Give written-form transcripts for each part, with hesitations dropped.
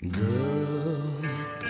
Girl,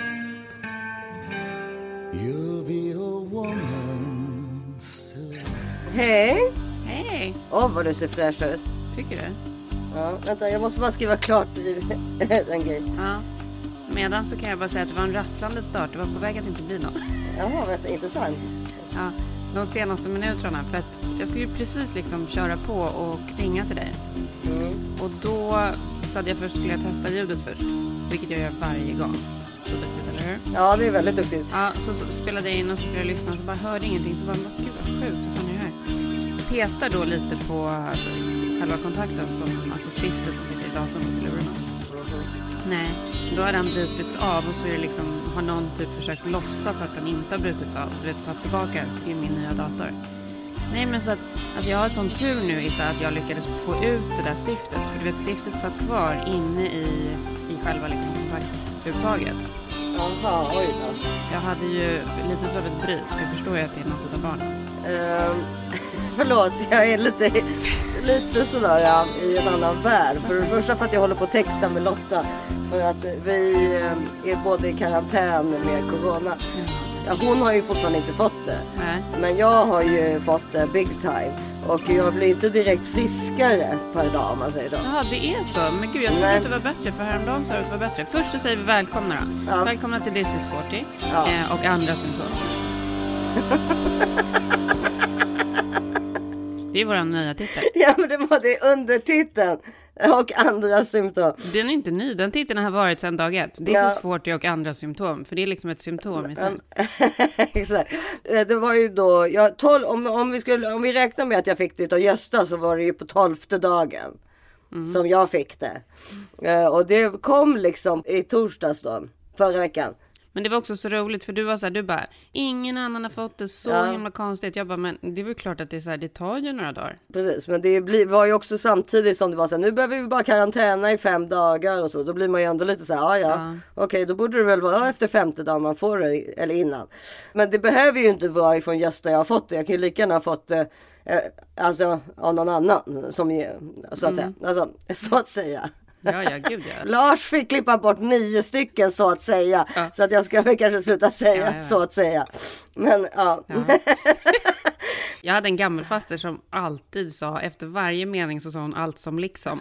you'll be a woman soon. Hej! Hej! Vad du ser fräsch ut. Tycker du? Ja, vänta, jag måste bara skriva klart en grej. Ja. Medan så kan jag bara säga att det var en rafflande start. Det var på väg att inte bli något. Jaha, vänta, intressant. Ja, de senaste minuterna. För att jag skulle ju precis liksom köra på och ringa till dig. Och då så hade jag först skulle testa ljudet först. Vilket jag gör varje gång. Så duktigt, eller hur? Ja, det är väldigt duktigt. Ja, så spelade jag in och så skulle jag lyssna. Och så bara hörde ingenting. Så bara, gud vad sjukt, hur fan är det här? Petar då lite på själva kontakten. Alltså stiftet som sitter i datorn och till lurarna. Nej, då har den brutits av. Och så är det liksom, har någon typ försökt låtsas att den inte har brutits av. Du vet, satt tillbaka till min nya dator. Nej, men så att alltså jag har sån tur nu i så att jag lyckades få ut det där stiftet. För du vet, stiftet satt kvar inne i själva liksom kontaktuttaget. Jaha, oj då. Jag hade ju lite av ett bryt, för jag förstår ju att det är något av barnen. Förlåt, jag är lite sådär i en annan värld. För det första för att jag håller på att texta med Lotta. För att vi är både i karantän med corona. Ja, hon har ju fortfarande inte fått det. Nej. Men jag har ju fått det big time. Och jag blir inte direkt friskare per dag om man säger så. Ja, det är så. Men gud, jag tror att det var bättre. För häromdagen sa du att det var bättre. Först så säger vi välkomna då. Ja. Välkomna till This is 40. Ja. Och andra symptom. Det är vår nya titel. Ja, men det var det undertiteln. Och andra symptom. Den är inte ny. Den titeln har varit sedan dag 1. This is 40 och andra symptom. För det är liksom ett symptom i sig. Exakt. Det var ju då om vi räknar med att jag fick det av Gösta, så var det ju på 12:e dagen som jag fick det. Och det kom liksom i torsdags då, förra veckan. Men det var också så roligt, för du var så här, du bara, ingen annan har fått det, så himla konstigt. Jag bara, men det är väl klart att det är så här, det tar ju några dagar. Precis, men det var ju också samtidigt som det var så här, nu behöver vi bara karantäna i 5 dagar och så. Då blir man ju ändå lite så här, okej, då borde det väl vara efter 5:e dagen man får det, eller innan. Men det behöver ju inte vara ifrån Gösta jag har fått det. Jag kan ju lika gärna ha fått det alltså av någon annan som så att säga. Alltså, så att säga. Ja, gud ja. Lars fick klippa bort 9 stycken så att säga. Ja. Så att jag ska väl kanske sluta säga så att säga. Men ja. Jag hade en gammelfaster som alltid sa, efter varje mening så sa hon allt som liksom.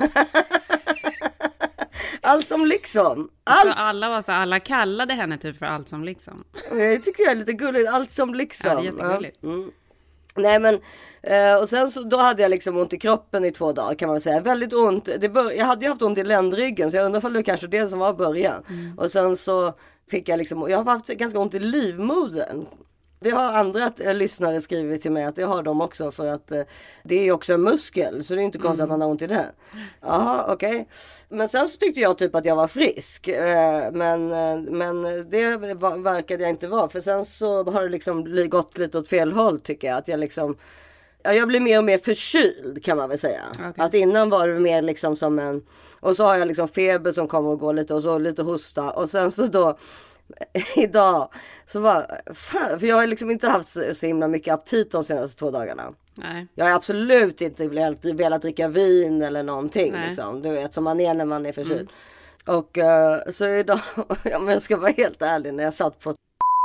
Allt som liksom. Alla kallade henne typ för allt som liksom. Det tycker jag är lite gulligt. Allt som liksom. Ja, det är jättegulligt. Ja. Nej, men och sen så då hade jag liksom ont i kroppen i 2 dagar kan man säga. Väldigt ont. Jag hade ju haft ont i ländryggen, så jag undrar om det kanske det som var början. Och sen så fick jag liksom, jag har haft ganska ont i livmodern. Det har andra lyssnare skrivit till mig att det har de också, för att det är ju också en muskel, så det är inte konstigt att man har ont i det. Jaha, okej. Men sen så tyckte jag typ att jag var frisk, men det verkade jag inte vara, för sen så har det liksom gått lite åt fel håll tycker jag, att jag liksom jag blir mer och mer förkyld kan man väl säga. Okay. Att innan var det mer liksom som en, och så har jag liksom feber som kommer och går lite, och så lite hosta, och sen så då idag så var fan, för jag har liksom inte haft så himla mycket aptit de senaste 2 dagarna. Nej. Jag har absolut inte velat dricka vin eller någonting liksom, du vet, som man är när man är förkyld. Och så idag, men jag ska vara helt ärlig, när jag satt på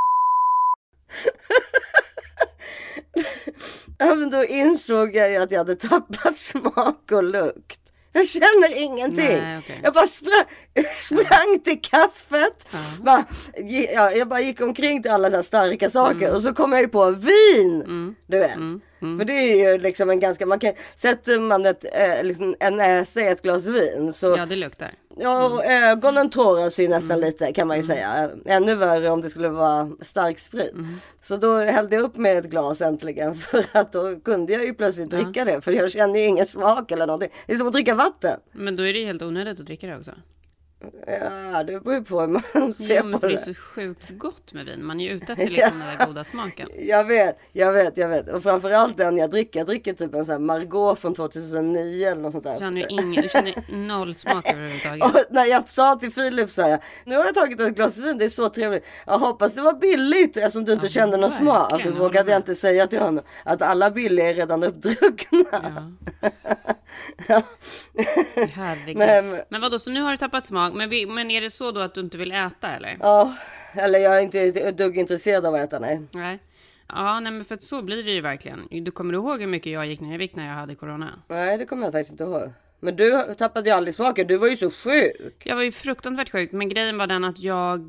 då insåg jag ju att jag hade tappat smak och lukt. Jag känner ingenting. Nej, okay. Jag bara sprang till kaffet. Jag bara gick omkring till alla så här starka saker. Och så kom jag ju på vin. Du vet. För det är ju liksom en ganska, sätter man liksom en näsa i ett glas vin så, ja, det luktar. Ja, och ögonen tåras ju nästan lite kan man ju säga. Ännu värre om det skulle vara stark sprit. Så då hällde jag upp med ett glas äntligen, för att då kunde jag ju plötsligt dricka det. För jag kände ju ingen smak eller någonting. Det är som att dricka vatten. Men då är det ju helt onödigt att dricka det också. Ja, det beror på hur man ser på det. Det är så sjukt gott med vin. Man är ju ute efter liksom den där goda smaken. Jag vet. Och framförallt den jag dricker typ en sån här Margaux från 2009 eller något sånt där. Du känner noll smak överhuvudtaget. Och när jag sa till Filip så här, nu har jag tagit ett glas vin, det är så trevligt. Jag hoppas det var billigt eftersom du inte kände någon smak. Då vågade jag inte säga till honom att alla billiga är redan uppdruckna. Ja. Herregud. Men vadå, så nu har du tappat smak? Ja, men är det så då att du inte vill äta eller? Ja, eller jag är inte ett dugg intresserad av att äta, nej. Nej. Ja, nej, men för att så blir det ju verkligen. Du kommer ihåg hur mycket jag gick ner i vikt när jag hade corona? Nej, det kommer jag faktiskt inte ihåg. Men du tappade ju aldrig smaken, du var ju så sjuk. Jag var ju fruktansvärt sjuk, men grejen var den att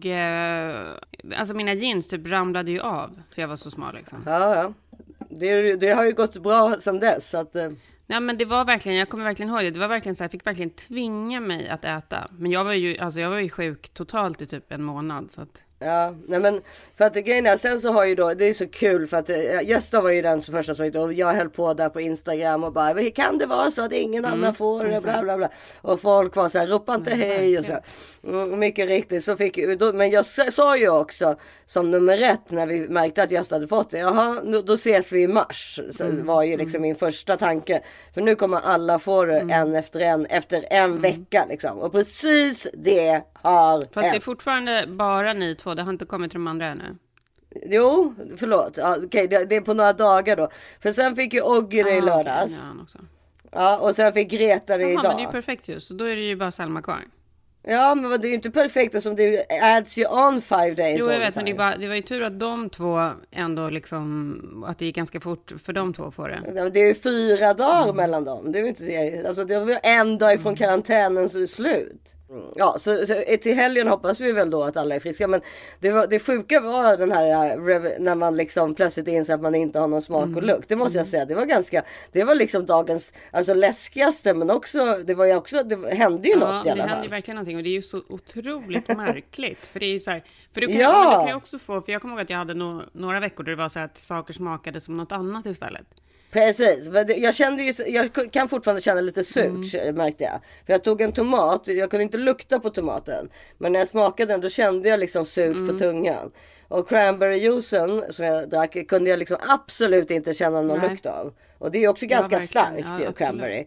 alltså mina jeans typ ramlade ju av, för jag var så smal liksom. Ja. Det har ju gått bra sedan dess, så att... Ja, men det var verkligen, jag kommer verkligen ihåg det. Det var verkligen så här, jag fick verkligen tvinga mig att äta. Men jag var ju sjuk totalt i typ en månad, så att... Ja, nej men för att grejen är, sen så har ju då, det är så kul för att Gösta var ju den som första som och jag höll på där på Instagram och bara, kan det vara så att ingen annan får det, bla bla bla. Och folk var så här, ropa inte hej och så. Mycket riktigt så fick men jag sa ju också som nummer 1 när vi märkte att Gösta hade fått det, jaha, då ses vi i mars. Så var ju liksom min första tanke. För nu kommer alla få det en efter en vecka liksom. Och precis det har Fast det är fortfarande bara ni två, det har inte kommit till de andra ännu. Jo, förlåt. Ja, okej, det är på några dagar då. För sen fick ju Ogge det i lördags. Okay, ja, och sen fick Greta det idag. Men det är ju perfekt just. Så då är det ju bara Selma kvar. Ja, men det är ju inte perfekt som det adds you on 5 days. Jo, jag vet, men det var ju tur att de två ändå liksom, att det gick ganska fort för de två får det. Det är ju 4 dagar mellan dem. Det är ju inte, alltså det var en dag ifrån karantänens slut. Ja, så till helgen hoppas vi väl då att alla är friska. Men det sjuka var den här när man liksom plötsligt inser att man inte har någon smak och lukt. Det måste jag säga. Det var liksom dagens läskigaste, men också det hände ju något i alla fall. Det hände ju verkligen någonting och det är ju så otroligt märkligt. För det är ju så här, för du kan ju också få, för jag kommer ihåg att jag hade några veckor där det var så här att saker smakade som något annat istället. Precis, jag kan fortfarande känna lite surt, märkte jag. För jag tog en tomat, jag kunde inte lukta på tomaten. Men när jag smakade den, då kände jag liksom surt på tungan. Och cranberryjuicen som jag drack kunde jag liksom absolut inte känna någon lukt av. Och det är också ganska starkt, cranberry.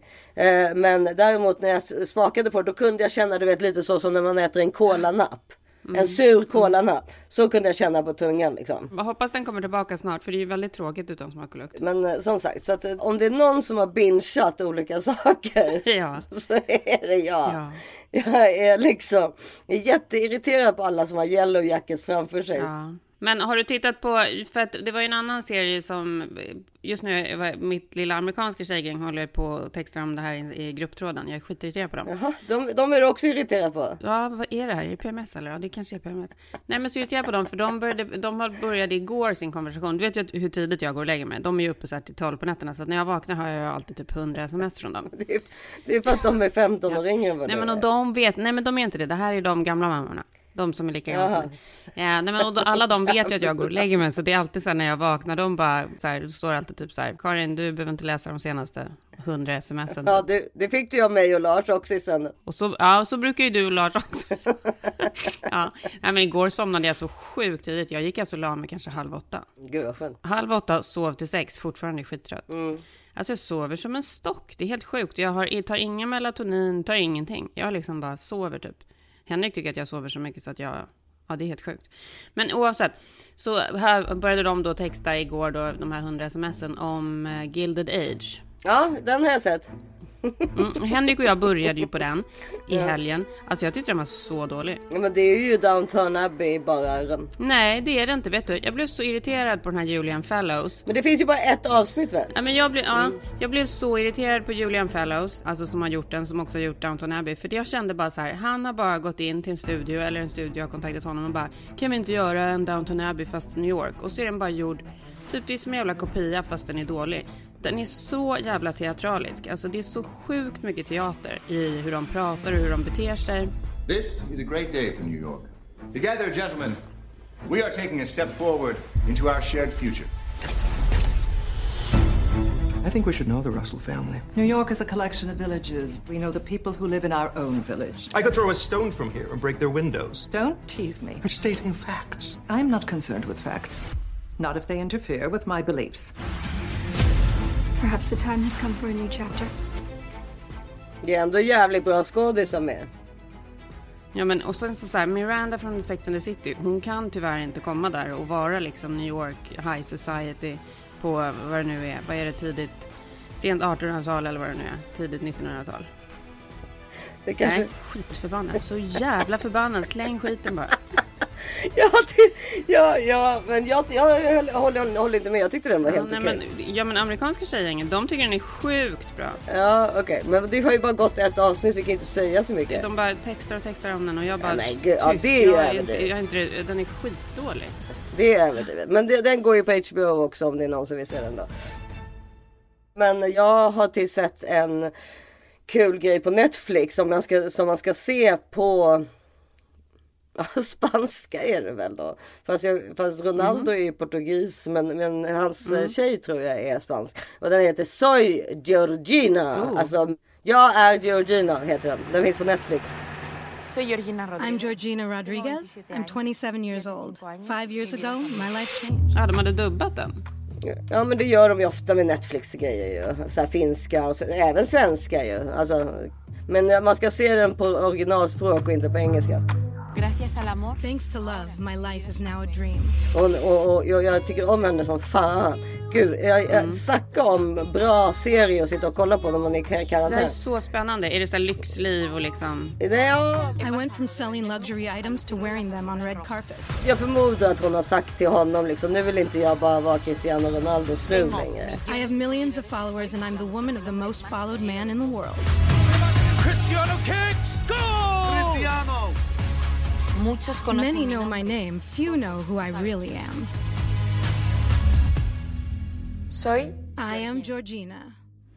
Men däremot när jag smakade på det, då kunde jag känna, du vet, lite så som när man äter en kolanapp. En sur kolanapp. Så kunde jag känna på tungan liksom. Jag hoppas den kommer tillbaka snart, för det är ju väldigt tråkigt utan smak och lukt. Men som sagt, så att om det är någon som har bingeat olika saker så är det jag. Ja. Jag är liksom jätteirriterad på alla som har yellow jackets framför sig. Ja. Men har du tittat på, för att det var ju en annan serie som just nu, mitt lilla amerikanska tjejgäng håller på och textar om det här i grupptråden. Jag är skitirriterad på dem. Jaha, de är du också irriterad på? Ja, vad är det här? Är det PMS eller? Ja, det kanske är PMS. Nej, men så irriterad på dem, för de började igår sin konversation. Du vet ju hur tidigt jag går och lägger mig. De är ju uppe så här till 12 på nätterna, så att när jag vaknar har jag alltid typ 100 sms från dem. Det är för att de är 15 år yngre än vad nej, men och de vet, nej men de är inte det. Det här är de gamla mammorna. De som är lika gamla som mig. Ja, nej, men och alla de vet ju att jag går och lägger mig. Så det är alltid så här när jag vaknar. De bara så här, det står alltid typ så här: Karin, du behöver inte läsa de senaste 100 sms'en. Ja, det fick du av mig och Lars också i sen. Och så brukar ju du och Lars också. Ja, nej, men igår somnade jag så sjukt tidigt. Jag gick alltså la mig kanske 7:30. Gud vad skönt. 7:30, sov till 6, fortfarande skittrött. Alltså jag sover som en stock. Det är helt sjukt. Jag tar ingen melatonin, tar ingenting. Jag liksom bara sover typ. Henrik tycker att jag sover så mycket så att det är helt sjukt. Men oavsett, så här började de då texta igår då, de här 100 sms'en om Gilded Age. Ja, den har jag sett. Henrik och jag började ju på den i helgen. Alltså jag tyckte den var så dålig. Ja, men det är ju Downton Abbey bara. Nej, det är det inte, vet du. Jag blev så irriterad på den här Julian Fellows. Men det finns ju bara ett avsnitt väl? Ja, men jag blev så irriterad på Julian Fellows, alltså som har gjort den, som också har gjort Downton Abbey. För jag kände bara så här, han har bara gått in till en studio, eller en studio har kontaktat honom och bara, kan vi inte göra en Downton Abbey fast New York? Och så är den bara gjord, typ det är som en jävla kopia fast den är dålig. Den är så jävla teatralisk. Alltså det är så sjukt mycket teater i hur de pratar och hur de beter sig. This is a great day for New York. Together, gentlemen, we are taking a step forward into our shared future. I think we should know the Russell family. New York is a collection of villages. We know the people who live in our own village. I could throw a stone from here and break their windows. Don't tease me. I'm stating facts. I'm not concerned with facts. Not if they interfere with my beliefs. Perhaps the time has come for a new chapter. Det är ändå jävligt bra skådisar med. Ja, men och sen så här, Miranda från Sex and the City, hon kan tyvärr inte komma där och vara liksom New York High Society på vad det nu är. Vad är det, tidigt, sent 1800-tal eller vad det nu är, tidigt 1900-tal. Det kanske... Nej, skitförbannad. Så jävla förbannad. Släng skiten bara. Men jag håller inte med. Jag tyckte den var helt okej. Men amerikanska tjejgängen, de tycker den är sjukt bra. Ja, okej. Men det har ju bara gått ett avsnitt så vi kan inte säga så mycket. De bara textar om den och jag bara... Nej, ja, det är ju den är skitdålig. Det är överdrivet. Men den går ju på HBO också om det är någon som vill se den då. Men jag har sett en kul grej på Netflix som man ska se på... Spanska är det väl då. Fast Ronaldo är ju portugis, men hans tjej tror jag är spansk. Och den heter Soy Georgina. Alltså, jag är Georgina heter den. Den finns på Netflix. I'm Georgina Rodriguez. I'm 27 years old. 5 years ago, my life changed. Ja, de hade dubbat den. Ja, men det gör de ju ofta med Netflix-grejer ju. Så här finska och även svenska ju. Alltså, men man ska se den på originalspråk och inte på engelska. Thanks to love, my life is now a dream. Och jag tycker om henne som fan. Gud, jag snackar om bra serier och sitta och kolla på när man är i karantän. Det är så spännande. Är det så här lyxliv och liksom... I went from selling luxury items to wearing them on red carpets. Jag förmodar att hon har sagt till honom liksom, nu vill inte jag bara vara Cristiano Ronaldos fru längre. I have millions of followers and I'm the woman of the most followed man in the world. Cristiano kicks! Goal! Cristiano! Many know my name, few know who I really am. I am Georgina.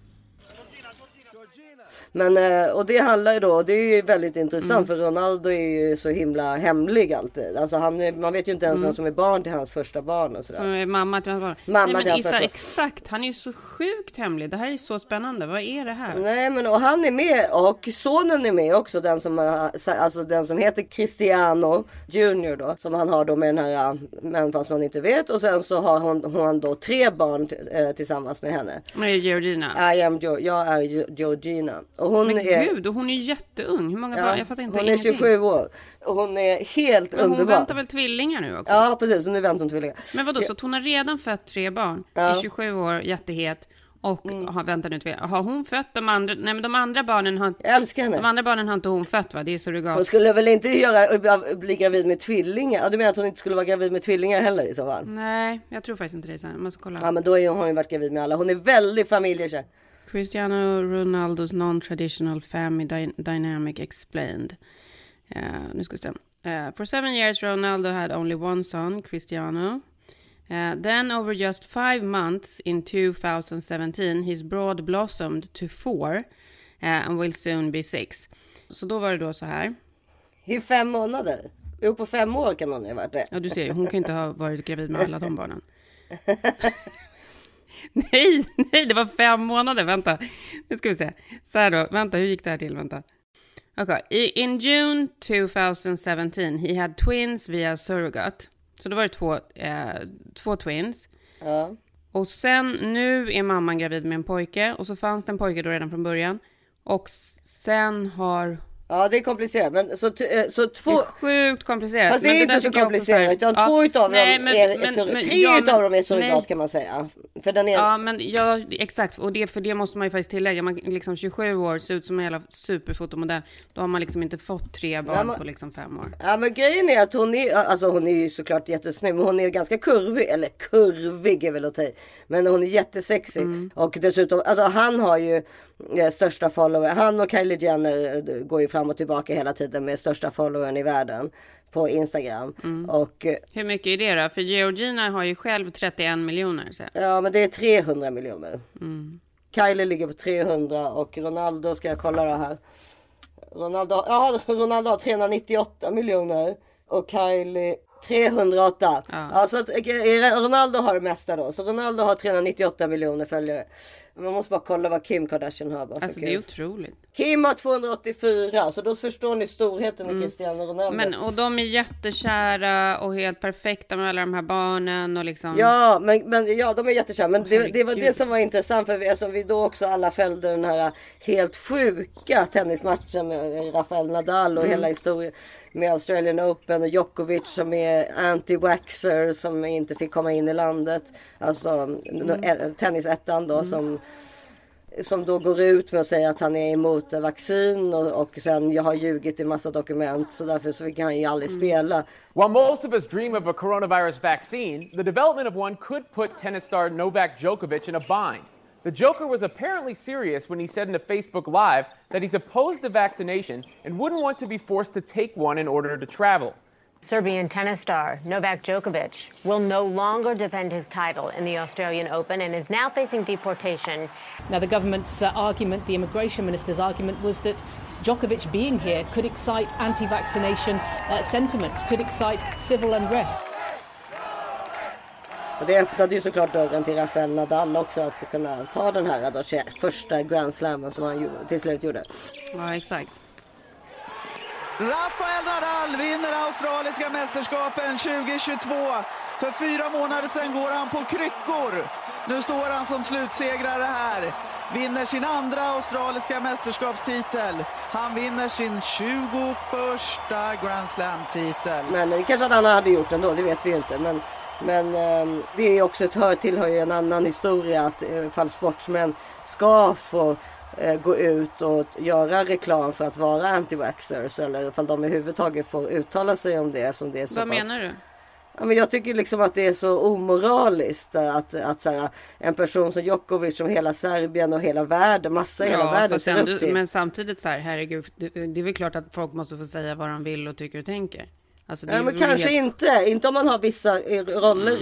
Men, och det handlar ju då, det är ju väldigt intressant för Ronaldo är ju så himla hemlig alltid. Alltså man vet ju inte ens vem som är barn till hans första barn och sådär. Som är mamma till hans barn. Mamma Nej, men Issa, exakt, han är ju så sjukt hemlig. Det här är så spännande, vad är det här? Nej men och han är med och sonen är med också. Den som heter Cristiano Junior då. Som han har då med den här men fast man inte vet. Och sen så har hon då 3 barn tillsammans med henne. Med Georgina. Jag är Georgina. Och hon Gud, och hon är jätteung. Hur många barn? Jag fattar inte. Hon är 27 år. Och hon är helt underbar. Hon väntar väl tvillingar nu också? Ja, precis. Så nu väntar hon tvillingar. Men vadå, så att hon har redan fött 3 barn. I 27 år, jättehet. Och väntar nu tvillingar. Har hon fött de andra? Nej, men de andra barnen har... Jag älskar henne. De andra barnen har inte hon fött, va? Det är surrogat. Hon skulle väl inte bli gravid med tvillingar? Ja, du menar att hon inte skulle vara gravid med tvillingar heller i så fall? Nej, jag tror faktiskt inte det. Så jag måste kolla. Ja, men då har hon ju varit gravid med alla. Hon är väldigt familjekär. Cristiano Ronaldo's non-traditional family dynamic explained. Nu ska vi se. For 7 years Ronaldo had only one son, Cristiano. Then over just 5 months in 2017 his broad blossomed to 4 and will soon be 6. Så då var det då så här. I 5 månader? Jo, på 5 år kan hon ju ha varit det. Ja, du ser, hon kan inte ha varit gravid med alla de barnen. Nej, det var 5 månader, vänta. Nu ska vi se. Så här då, vänta, hur gick det här till? Vänta. Okay. In June 2017 he had twins via surrogate. Så då var det 2 twins. Ja. Och sen nu är mamman gravid med en pojke. Och så fanns det en pojke då redan från början. Och sen har... Ja, det är komplicerat. Men så 2... Det är sjukt komplicerat. Fast det är inte så komplicerat. Utan 2 utav dem är... 3 utav dem är surrogat kan man säga. För den är... Ja, men exakt. Och det måste man ju faktiskt tillägga. Man liksom 27 år ser ut som en jävla superfotomodell. Då har man liksom inte fått 3 barn på liksom 5 år. Ja, men grejen är att hon är ju såklart jättesnygg. Men hon är ganska kurvig. Eller kurvig är väl att ta i. Men hon är jättesexig. Och dessutom, alltså han har ju största follower. Han och Kylie Jenner går ju fram och tillbaka hela tiden med största followern i världen på Instagram. Och hur mycket är det då? För Georgina har ju själv 31 miljoner. Så. Ja, men det är 300 miljoner. Kylie ligger på 300 och Ronaldo, ska jag kolla det här. Ronaldo har 398 miljoner och Kylie 308. Ja. Alltså Ronaldo har det mesta då. Så Ronaldo har 398 miljoner följare. Man måste bara kolla vad Kim Kardashian har. Alltså det är otroligt. Kim har 284, så då förstår ni storheten i Cristiano Ronaldo. Men, och de är jättekära och helt perfekta med alla de här barnen och liksom... Ja, men ja, de är jättekära. Men det var det som var intressant, för eftersom vi då också alla följde den här helt sjuka tennismatchen med Rafael Nadal och hela historien med Australian Open och Djokovic som är anti-waxer som inte fick komma in i landet. Alltså tennisettan då som som då går ut med att säga att han är emot vaccin och sen jag har ljugit i massa dokument så därför så kan han ju aldrig spela. While most of us dream of a coronavirus vaccine, the development of one could put tennis star Novak Djokovic in a bind. The Joker was apparently serious when he said in a Facebook Live that he's opposed to vaccination and wouldn't want to be forced to take one in order to travel. Serbian tennis star Novak Djokovic will no longer defend his title in the Australian Open and is now facing deportation. Now, the government's argument, the immigration minister's argument, was that Djokovic being here could excite anti-vaccination sentiment, could excite civil unrest. Och det öppnade ju såklart dörren till Rafael Nadal också att kunna ta den här då, första Grand Slammen som han till slut gjorde. Ja, exakt. Rafael Nadal vinner australiska mästerskapen 2022. För 4 månader sedan går han på kryckor. Nu står han som slutsegrare här. Vinner sin andra australiska mästerskapstitel. Han vinner sin 21:a Grand Slam-titel. Men det kanske han hade gjort ändå, det vet vi ju inte. Men det är också tillhör ju en annan historia att fall sportsmän ska få gå ut och göra reklam för att vara anti-vaxxers eller ifall de överhuvudtaget får uttala sig om det som det är så. Vad menar du? Ja, men jag tycker liksom att det är så omoraliskt att så här, en person som Djokovic som hela Serbien och hela världen, hela världen ser upp till. Men samtidigt så här, herregud, det är väl klart att folk måste få säga vad de vill och tycker och tänker. Alltså, ja, men kanske inte om man har vissa roller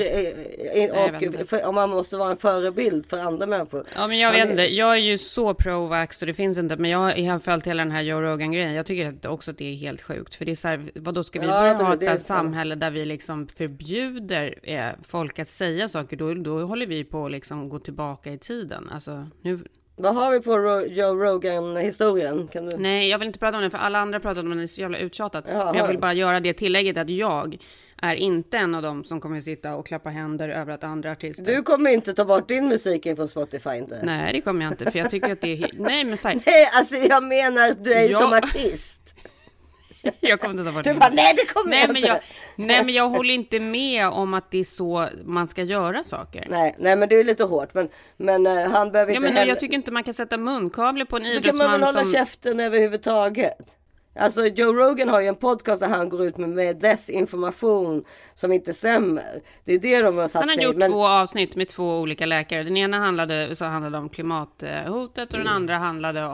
och om man måste vara en förebild för andra människor. Ja, men jag vet inte, jag är ju så pro-vax och det finns inte, men jag har följt hela den här Joe Rogan-grejen. Jag tycker också att det är helt sjukt, för det är så här, vad då ska vi börja ha ett samhälle där vi liksom förbjuder folk att säga saker, då håller vi på att liksom gå tillbaka i tiden. Alltså nu. Vad har vi på Joe Rogan-historien? Nej, jag vill inte prata om den, för alla andra pratar om den, är så jävla uttjatat. Ja, men jag vill bara göra det tillägget att jag är inte en av dem som kommer att sitta och klappa händer över att andra artister. Du kommer inte ta bort din musik från Spotify inte? Nej, det kommer jag inte, för jag tycker att det är nej, men så här. Nej, alltså jag menar att du är som artist. Jag kommer inte ta bort det. Du bara, nej det kommer jag inte. Nej, men jag håller inte med om att det är så man ska göra saker. Nej, men det är lite hårt. Men han behöver inte heller. Jag tycker inte man kan sätta munkavle på en idrottsman. Då kan man väl hålla käften överhuvudtaget. Alltså Joe Rogan har ju en podcast där han går ut med desinformation som inte stämmer. Det är det de har satt sig. Han har gjort 2 avsnitt med 2 olika läkare. Den ena handlade om klimathotet och den andra handlade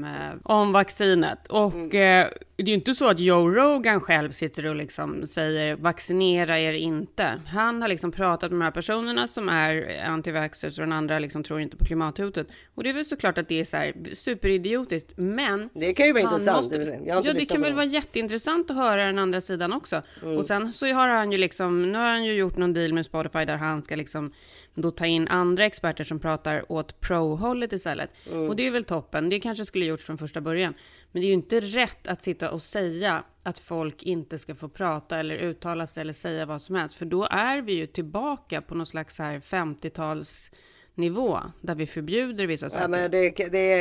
om vaccinet. Och det är ju inte så att Joe Rogan själv sitter och liksom säger vaccinera er inte. Han har liksom pratat med de här personerna som är anti-vaxxers och den andra liksom tror inte på klimathotet. Och det är väl såklart att det är så här superidiotiskt, men det kan ju vara intressant. Ja, det kan väl vara jätteintressant att höra den andra sidan också. Och sen så har han ju liksom, nu har han ju gjort någon deal med Spotify där han ska liksom då ta in andra experter som pratar åt pro-hållet istället. Och det är väl toppen. Det kanske skulle gjorts från första början. Men det är ju inte rätt att sitta och säga att folk inte ska få prata eller uttala sig eller säga vad som helst. För då är vi ju tillbaka på någon slags här 50-tals nivå där vi förbjuder vissa saker. Ja, men det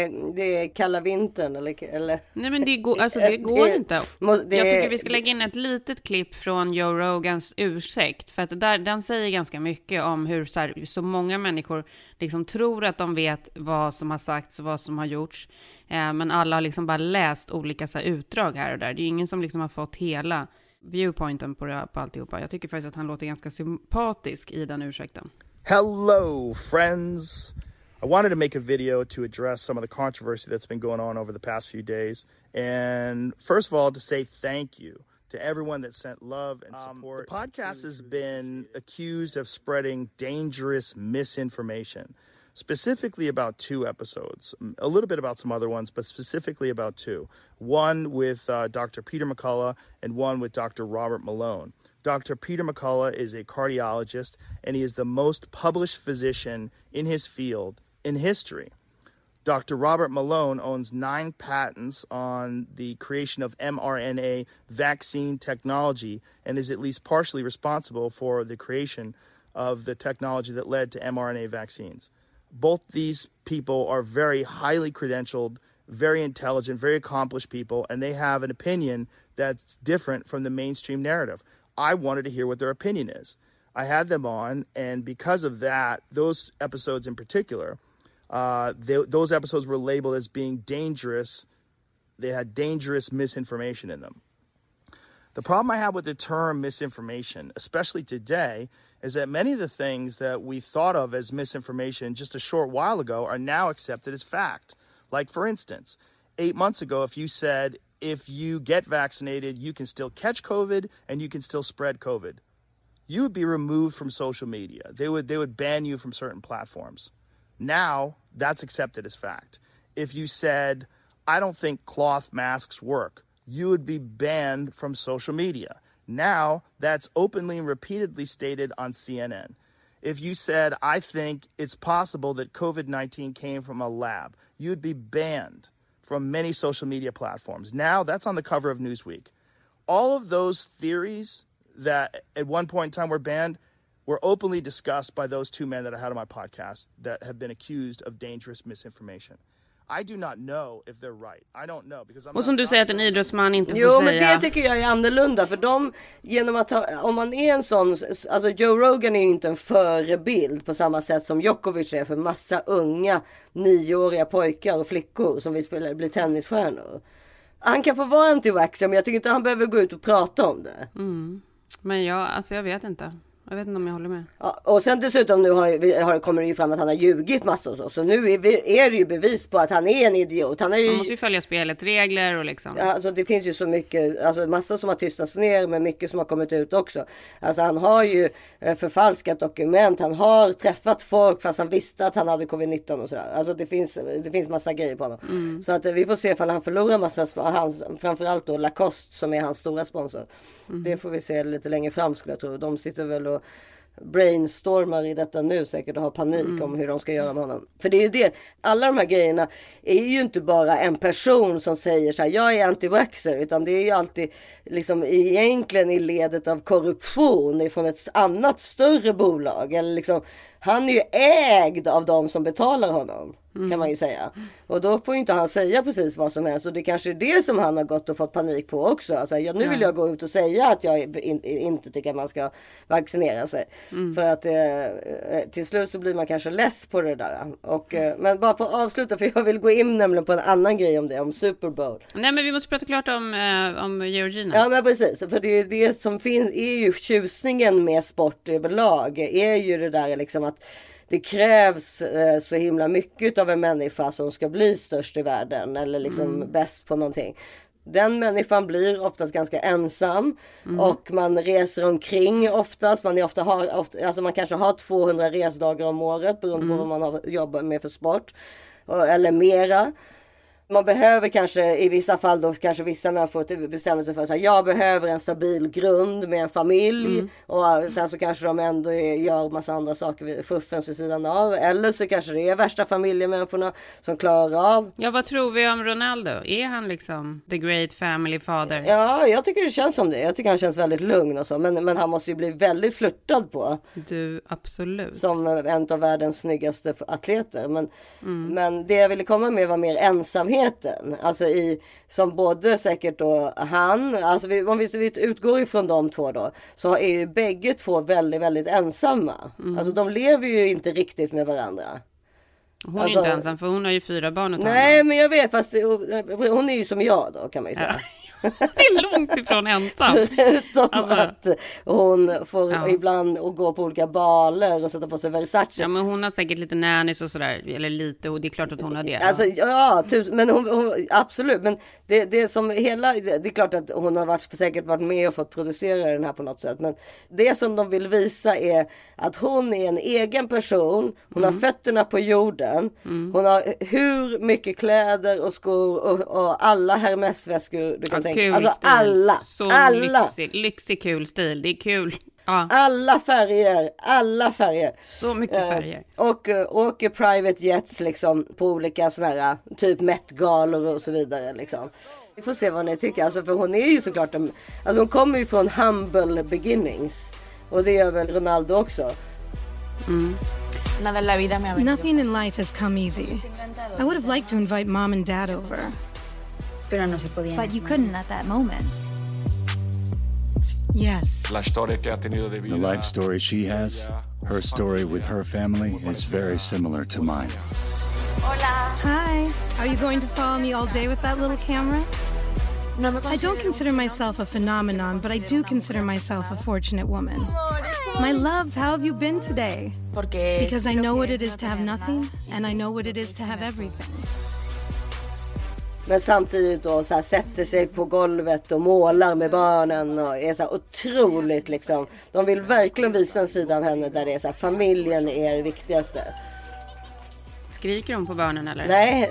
är kalla vintern eller. Nej, men det går inte. Jag tycker vi ska lägga in ett litet klipp från Joe Rogans ursäkt, för att den säger ganska mycket om hur så många människor liksom tror att de vet vad som har sagts och vad som har gjorts, men alla har liksom bara läst olika så här utdrag här och där. Det är ingen som liksom har fått hela viewpointen på alltihopa. Jag tycker faktiskt att han låter ganska sympatisk i den ursäkten. Hello, friends. I wanted to make a video to address some of the controversy that's been going on over the past few days. And first of all, to say thank you to everyone that sent love and support. The podcast has been accused of spreading dangerous misinformation, specifically about 2 episodes. A little bit about some other ones, but specifically about 2. One with Dr. Peter McCullough and one with Dr. Robert Malone. Dr. Peter McCullough is a cardiologist, and he is the most published physician in his field in history. Dr. Robert Malone owns 9 patents on the creation of mRNA vaccine technology and is at least partially responsible for the creation of the technology that led to mRNA vaccines. Both these people are very highly credentialed, very intelligent, very accomplished people, and they have an opinion that's different from the mainstream narrative. I wanted to hear what their opinion is. I had them on, and because of that, those episodes in particular, those episodes were labeled as being dangerous. They had dangerous misinformation in them. The problem I have with the term misinformation, especially today, is that many of the things that we thought of as misinformation just a short while ago are now accepted as fact. Like, for instance, 8 months ago, if you said, if you get vaccinated, you can still catch COVID and you can still spread COVID, you would be removed from social media. They would ban you from certain platforms. Now, that's accepted as fact. If you said, I don't think cloth masks work, you would be banned from social media. Now, that's openly and repeatedly stated on CNN. If you said, I think it's possible that COVID-19 came from a lab, you'd be banned from many social media platforms. Now, that's on the cover of Newsweek. All of those theories that at one point in time were banned were openly discussed by those two men that I had on my podcast that have been accused of dangerous misinformation. I do not know if they're right. I don't know because Och som du säger att en idrottsman inte får säga. Jo, men det tycker jag är annorlunda för de genom att om man är en sån, alltså Joe Rogan är ju inte en förebild på samma sätt som Djokovic är för massa unga 9-åriga pojkar och flickor som vill bli tennisstjärnor. Han kan få vara anti-vaxxer, men jag tycker inte han behöver gå ut och prata om det. Men jag vet inte. Jag vet inte om jag håller med. Ja, och sen dessutom nu kommer det ju fram att han har ljugit massor. Så nu är det ju bevis på att han är en idiot. Han måste ju följa spelets regler och liksom. Ja, alltså det finns ju så mycket, alltså massor som har tystats ner, men mycket som har kommit ut också. Alltså han har ju förfalskat dokument. Han har träffat folk fast han visste att han hade covid-19 och sådär. Alltså det finns massa grejer på honom. Så att vi får se ifall han förlorar massa, framförallt då Lacoste som är hans stora sponsor. Det får vi se lite längre fram skulle jag tro. De sitter väl och brainstormar i detta nu säkert och har panik om hur de ska göra med honom. För det är ju det, alla de här grejerna är ju inte bara en person som säger så här, jag är anti-vaxxer, utan det är ju alltid liksom egentligen i ledet av korruption ifrån ett annat större bolag. Eller liksom, han är ju ägd av de som betalar honom. Kan man ju säga. Och då får ju inte han säga precis vad som helst. Och det kanske är det som han har gått och fått panik på också. Alltså, nu vill jag gå ut och säga att jag inte tycker att man ska vaccinera sig. För att till slut så blir man kanske less på det där. Och, men bara för att avsluta, för jag vill gå in nämligen på en annan grej om det, om Super Bowl. Nej, men vi måste prata klart om Georgina. Ja, men precis. För det som finns är ju tjusningen med sport överlag. Är ju det där liksom att det krävs så himla mycket av en människa som ska bli störst i världen eller liksom bäst på någonting. Den människan blir oftast ganska ensam och man reser omkring oftast. Alltså man kanske har 200 resdagar om året beroende på vad man har jobbat med för sport eller mera. Man behöver kanske i vissa fall då kanske vissa människor bestämmer sig för att jag behöver en stabil grund med en familj och sen så kanske de ändå gör massa andra saker fuffens vid sidan av, eller så kanske det är värsta familjemänniskorna som klarar av. Ja, vad tror vi om Ronaldo? Är han liksom the great family father? Ja, jag tycker det känns som det. Jag tycker han känns väldigt lugn och så, men han måste ju bli väldigt flörtad på. Du, absolut. Som en av världens snyggaste atleter, men det jag ville komma med var mer ensamhet. Alltså som både säkert då han, alltså om vi utgår ifrån de två då, så är ju bägge två väldigt, väldigt ensamma. Alltså de lever ju inte riktigt med varandra. Hon är inte ensam, för hon har ju 4 barn att ta. Nej, men jag vet, fast hon är ju som jag då, kan man ju säga. Det är långt ifrån ensam. Förutom att hon får ibland och gå på olika baler och sätta på sig Versace. Ja, men hon har säkert lite nannies och sådär. Eller lite, och det är klart att hon har det. Alltså, men hon absolut. Men det som hela, det är klart att hon har säkert varit med och fått producera den här på något sätt. Men det som de vill visa är att hon är en egen person. Hon har fötterna på jorden. Hon har hur mycket kläder och skor och alla Hermes-väskor du kan tänka. Alltså stil. alla. Lyxig kul stil. Det är kul. Ja. Alla färger. Så mycket färger. Och åker private jets liksom på olika såna här typ Met-galor och så vidare liksom. Vi får se vad ni tycker. Alltså, för hon är ju såklart alltså hon kommer ju från humble beginnings. Och det gör väl Ronaldo också. Nothing in life has come easy. I would have liked to invite mom and dad over. But you couldn't at that moment. Yes. The life story she has, her story with her family, is very similar to mine. Hi. Are you going to follow me all day with that little camera? I don't consider myself a phenomenon, but I do consider myself a fortunate woman. My loves, how have you been today? Because I know what it is to have nothing, and I know what it is to have everything. Men samtidigt då så här, sätter sig på golvet och målar med barnen och är så här otroligt liksom. De vill verkligen visa en sida av henne där det är så här, familjen är det viktigaste. Skriker hon på barnen eller? Nej,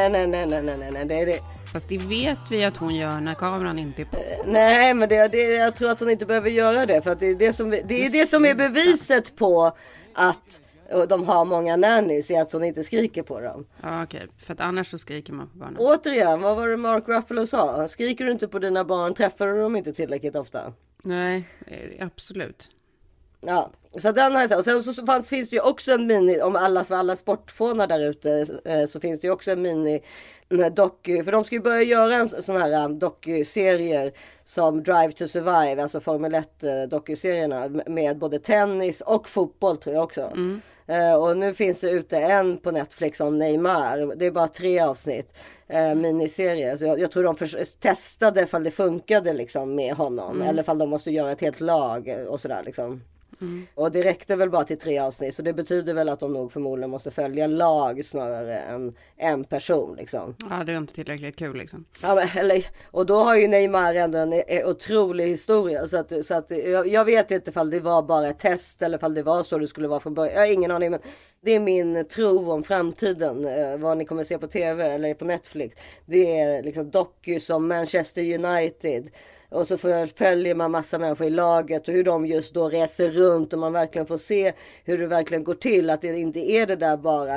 det är det. Fast det vet vi att hon gör när kameran inte är på. Nej, men jag tror att hon inte behöver göra det. För att det är det som är beviset på att de har många nannies, är att hon inte skriker på dem. Ja, okej. För att annars så skriker man på barnen. Återigen, vad var det Mark Ruffalo sa? Skriker du inte på dina barn, träffar du dem inte tillräckligt ofta? Nej, absolut. Ja, så den här, och sen så finns det ju också en mini, för alla sportfånar där ute, så finns det ju också en mini doku, för de ska ju börja göra en sån här dokuserier som Drive to Survive, alltså Formel 1 dokuserierna med både tennis och fotboll tror jag också. Och nu finns det ute en på Netflix om Neymar. Det är bara 3 avsnitt miniserier. Så jag tror de testade ifall det funkade liksom med honom. Eller ifall de måste göra ett helt lag och sådär liksom. Och det räckte väl bara till 3 avsnitt. Så det betyder väl att de nog förmodligen måste följa lag snarare än en person liksom. Ja, det är inte tillräckligt kul liksom. Ja, men, och då har ju Neymar ändå en otrolig historia. Så att jag vet inte ifall det var bara ett test eller ifall det var så det skulle vara från början. Jag har ingen aning, men det är min tro om framtiden. Vad ni kommer se på tv eller på Netflix. Det är liksom doku som Manchester United. Och så följer man massa människor i laget och hur de just då reser runt och man verkligen får se hur det verkligen går till. Att det inte är det där bara,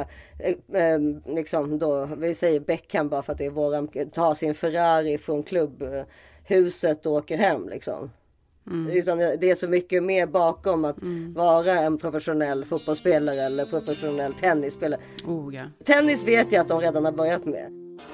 liksom då, vi säger Beckham bara för att det är våran, tar sin Ferrari från klubbhuset och åker hem liksom. Utan det är så mycket mer bakom att vara en professionell fotbollsspelare eller professionell tennisspelare. Ja. Tennis vet jag att de redan har börjat med.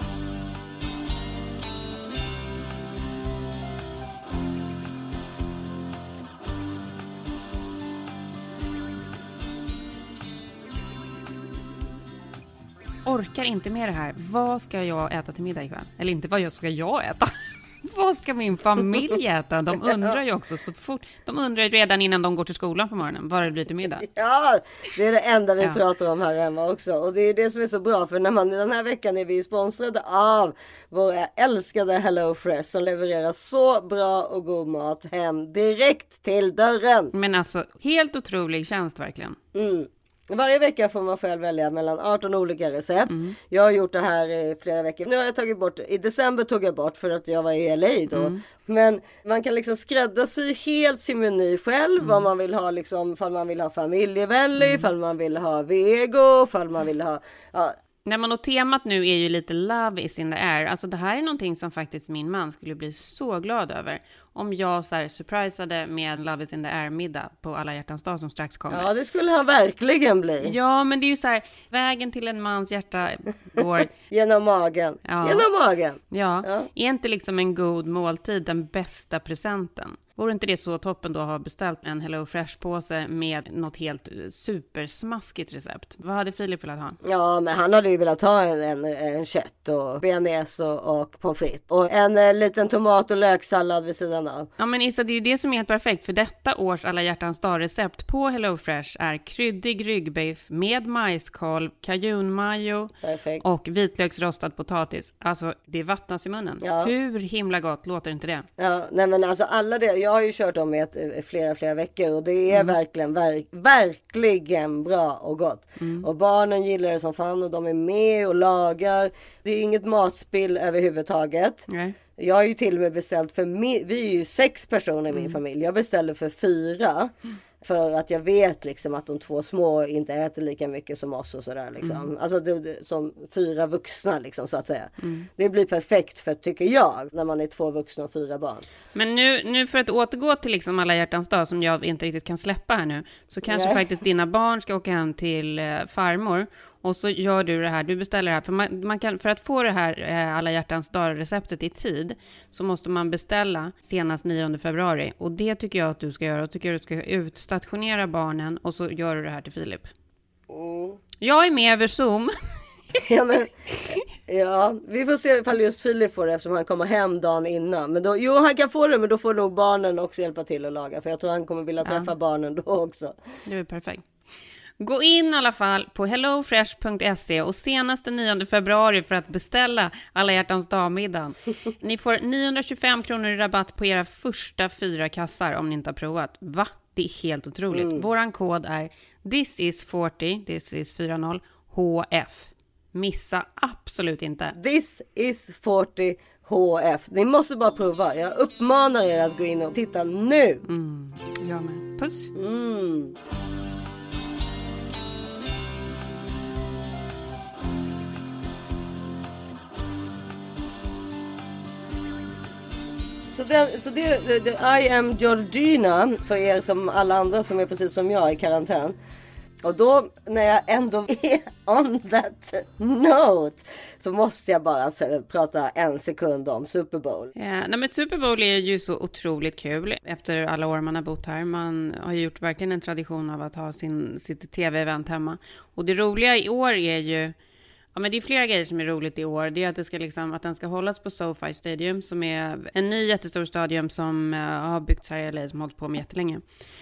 Orkar inte med det här. Vad ska jag äta till middag ikväll? Eller inte vad ska jag äta? Vad ska min familj äta? De undrar ju också så fort. De undrar ju redan innan de går till skolan på morgonen vad det blir till middag. Ja, det är det enda vi pratar om här hemma också. Och det är det som är så bra. För den här veckan är vi sponsrade av våra älskade Hello Fresh som levererar så bra och god mat hem direkt till dörren. Men alltså, helt otrolig tjänst verkligen. Varje vecka får man själv välja mellan 18 olika recept. Jag har gjort det här i flera veckor. Nu har jag tagit bort, i december tog jag bort för att jag var i LA då. Men man kan liksom skräddarsy helt sin meny själv. Vad man vill ha liksom, ifall man vill ha familjevänlig, ifall man vill ha vego, ifall man vill ha... Ja. Nej, men och temat nu är ju lite love is in the air. Alltså det här är någonting som faktiskt min man skulle bli så glad över. Om jag så här surprisade med Love is in the air-middag på Alla hjärtans dag som strax kommer. Ja, det skulle han verkligen bli. Ja, men det är ju så här, vägen till en mans hjärta går... Genom magen. Ja. Genom magen. Ja. Är inte liksom en god måltid den bästa presenten? Vore inte det så toppen då att ha beställt en Hello Fresh-påse med något helt supersmaskigt recept? Vad hade Filip velat ha? Ja, men han hade ju velat ha en kött och bearnaise och pommes frites. Och en liten tomat- och löksallad vid sidan av. Ja, men Issa, det är ju det som är helt perfekt. För detta års Alla hjärtans dag-recept på Hello Fresh är kryddig ryggbiff med majskolv, cajunmajo och vitlöksrostad potatis. Alltså, det vattnas i munnen. Ja. Hur himla gott låter inte det? Ja, nej men alltså alla det... Jag har ju kört dem i flera veckor och det är verkligen bra och gott. Och barnen gillar det som fan och de är med och lagar. Det är inget matspill överhuvudtaget. Nej. Jag har ju till och med beställt för vi är ju 6 personer i min familj. Jag beställde för 4. För att jag vet liksom att de 2 små inte äter lika mycket som oss och sådär liksom. Alltså som 4 vuxna liksom så att säga. Det blir perfekt för tycker jag när man är 2 vuxna och 4 barn. Men nu för att återgå till liksom Alla hjärtans dag som jag inte riktigt kan släppa här nu. Så kanske faktiskt dina barn ska åka hem till farmor. Och så gör du det här, du beställer det här. För man kan, för att få det här Alla hjärtans dag-receptet i tid så måste man beställa senast 9 februari. Och det tycker jag att du ska göra. Och tycker jag att du ska utstationera barnen och så gör du det här till Filip. Jag är med över Zoom. Ja, vi får se ifall just Filip får det eftersom han kommer hem dagen innan. Men då, han kan få det, men då får nog barnen också hjälpa till att laga. För jag tror han kommer vilja träffa barnen då också. Det är perfekt. Gå in i alla fall på hellofresh.se och senast den 9 februari för att beställa Alla hjärtans dagmiddagen. Ni får 925 kronor i rabatt på era första 4 kassar om ni inte har provat. Va? Det är helt otroligt. Våran kod är thisis40 HF. Missa absolut inte. This is 40 HF. Ni måste bara prova. Jag uppmanar er att gå in och titta nu. Jag med. Puss. Så det I am Georgina för er som alla andra som är precis som jag i karantän. Och då när jag ändå är on that note så måste jag bara prata en sekund om Super Bowl. Nej, men Super Bowl är ju så otroligt kul efter alla år man har bott här. Man har gjort verkligen en tradition av att ha sitt tv-event hemma. Och det roliga i år är ju, ja, men det är flera grejer som är roligt i år. Det är att det ska att den ska hållas på SoFi Stadium som är en ny jättestor stadion som har byggts här i LA som har hållit på med jättelänge.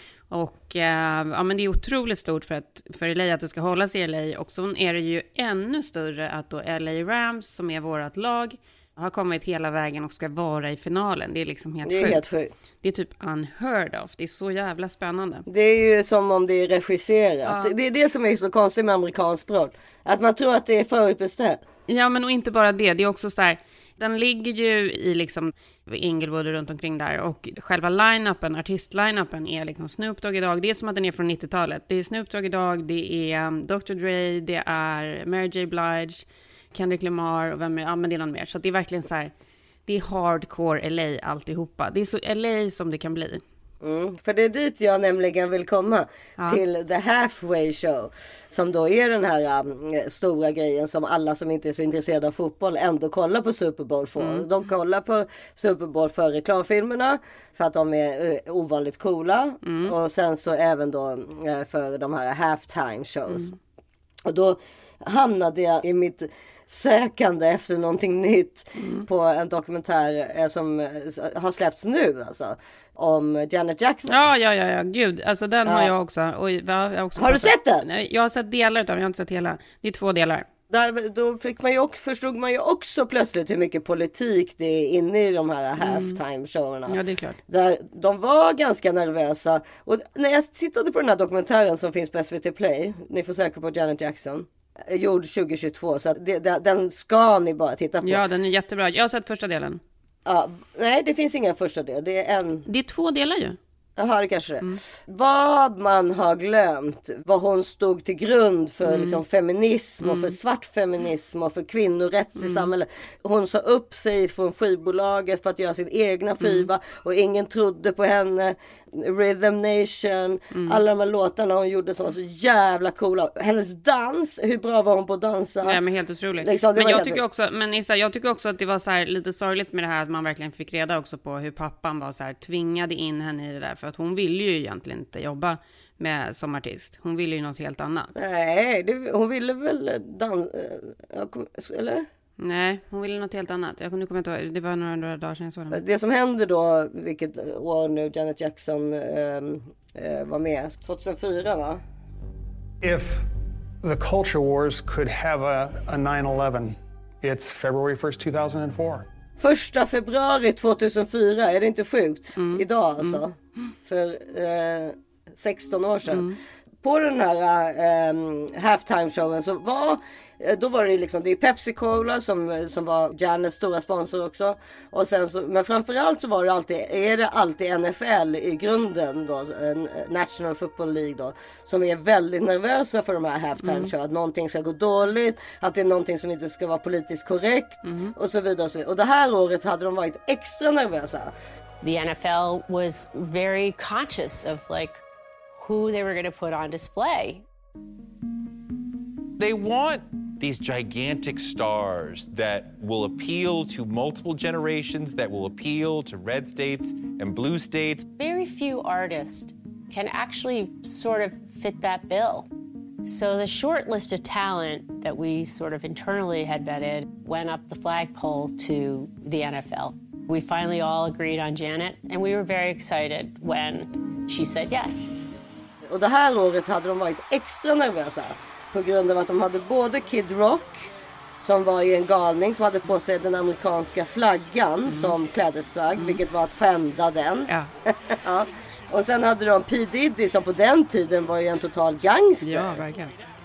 Och ja, men det är otroligt stort för LA att det ska hållas i LA. Och så är det ju ännu större att då LA Rams som är vårat lag har kommit hela vägen och ska vara i finalen. Det är liksom helt sjukt. Helt sjukt. Det är typ unheard of. Det är så jävla spännande. Det är ju som om det är regisserat. Ja. Det är det som är så konstigt med amerikansk sport. Att man tror att det är förutbestämt. Ja, men och inte bara det. Det är också så här, den ligger ju i liksom Inglewood och runt omkring där. Och själva line-upen, artist-line-upen är liksom Snoop Dogg idag. Det är som att den är från 90-talet. Det är Snoop Dogg idag, det är Dr. Dre, det är Mary J. Blige, Kendrick Lamar och men det är någon mer. Så det är verkligen så här, det är hardcore LA alltihopa. Det är så LA som det kan bli. För det är dit jag nämligen vill komma. Till The Halfway Show. Som då är den här stora grejen som alla som inte är så intresserade av fotboll ändå kollar på Super Bowl för. De kollar på Super Bowl för reklamfilmerna. För att de är ovanligt coola. Och sen så även då för de här halftime shows. Och då hamnade jag i mitt sökande efter någonting nytt på en dokumentär som har släppts nu alltså, om Janet Jackson. Ja, gud. Alltså den har jag också. Och jag har också har du sett den? Nej, jag har sett delar utav, jag har inte sett hela. Det är 2 delar. Då förstod man ju också plötsligt hur mycket politik det är inne i de här halftime-showerna. Ja, det är klart. Där de var ganska nervösa. Och när jag tittade på den här dokumentären som finns på SVT Play, ni får söka på Janet Jackson, gjord 2022, så att den ska ni bara titta på. Ja, den är jättebra. Jag har sett första delen. Ja, nej, det finns ingen första del. Det är 2 delar ju. Jaha, det kanske det. Vad man har glömt, vad hon stod till grund för liksom feminism och för svart feminism och för kvinnorätt i samhället. Hon sa upp sig från skivbolaget för att göra sin egna skiva och ingen trodde på henne. Rhythm Nation, alla de här låtarna hon gjorde som var så jävla coola. Hennes dans, hur bra var hon på att dansa? Nej, men helt otroligt. Liksom, men jag tycker också, jag tycker också att det var så här lite sorgligt med det här att man verkligen fick reda också på hur pappan var så här, tvingade in henne i det där, för att hon ville ju egentligen inte jobba som artist. Hon ville ju något helt annat. Nej, hon ville väl dansa, eller? Nej, hon ville något helt annat. Nu kommer inte ihåg, det var några dagar sedan jag såg den. Det som hände då, vilket år nu Janet Jackson var med, 2004 va? If the culture wars could have a 9/11, it's February 1st, 2004. 1 februari 2004, är det inte sjukt? Idag alltså. För 16 år sedan. På den här halftime showen så då var det liksom, det är Pepsi Cola som var Janets stora sponsor också. Och sen så, men framförallt så var det alltid NFL i grunden då, National Football League då, som är väldigt nervösa för de här halftime show, att någonting ska gå dåligt, att det är någonting som inte ska vara politiskt korrekt och så vidare och så vidare. Och det här året hade de varit extra nervösa. The NFL was very conscious of like who they were going to put on display. They want these gigantic stars that will appeal to multiple generations, that will appeal to red states and blue states. Very few artists can actually sort of fit that bill. So the short list of talent that we sort of internally had vetted went up the flagpole to the NFL. We finally all agreed on Janet, and we were very excited when she said yes. Och det här året hade de varit extra nervösa på grund av att de hade både Kid Rock, som var ju en galning, som hade på sig den amerikanska flaggan som klädesplagg, vilket var att skända den. Ja. Ja. Och sen hade de P. Diddy, som på den tiden var ju en total gangster. Ja, verkligen.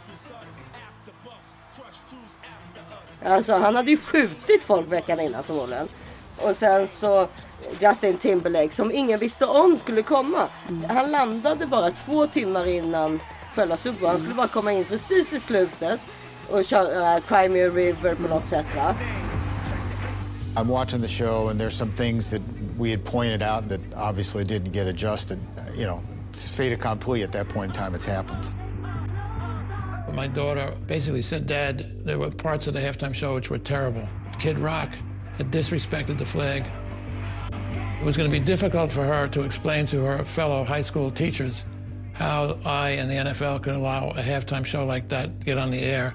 Alltså han hade ju skjutit folk veckan innan förmodligen. Och sen så Justin Timberlake, som ingen visste om skulle komma. Han landade bara 2 timmar innan själva Super Bowl. Han skulle bara komma in precis i slutet och köra Cry Me a River på något sätt, va? I'm watching the show and there's some things that we had pointed out that obviously didn't get adjusted. You know, it's fait accompli at that point in time. It's happened. My daughter basically said, Dad, there were parts of the halftime show which were terrible. Kid Rock had disrespected the flag. It was going to be difficult for her to explain to her fellow high school teachers how I and the NFL could allow a halftime show like that to get on the air.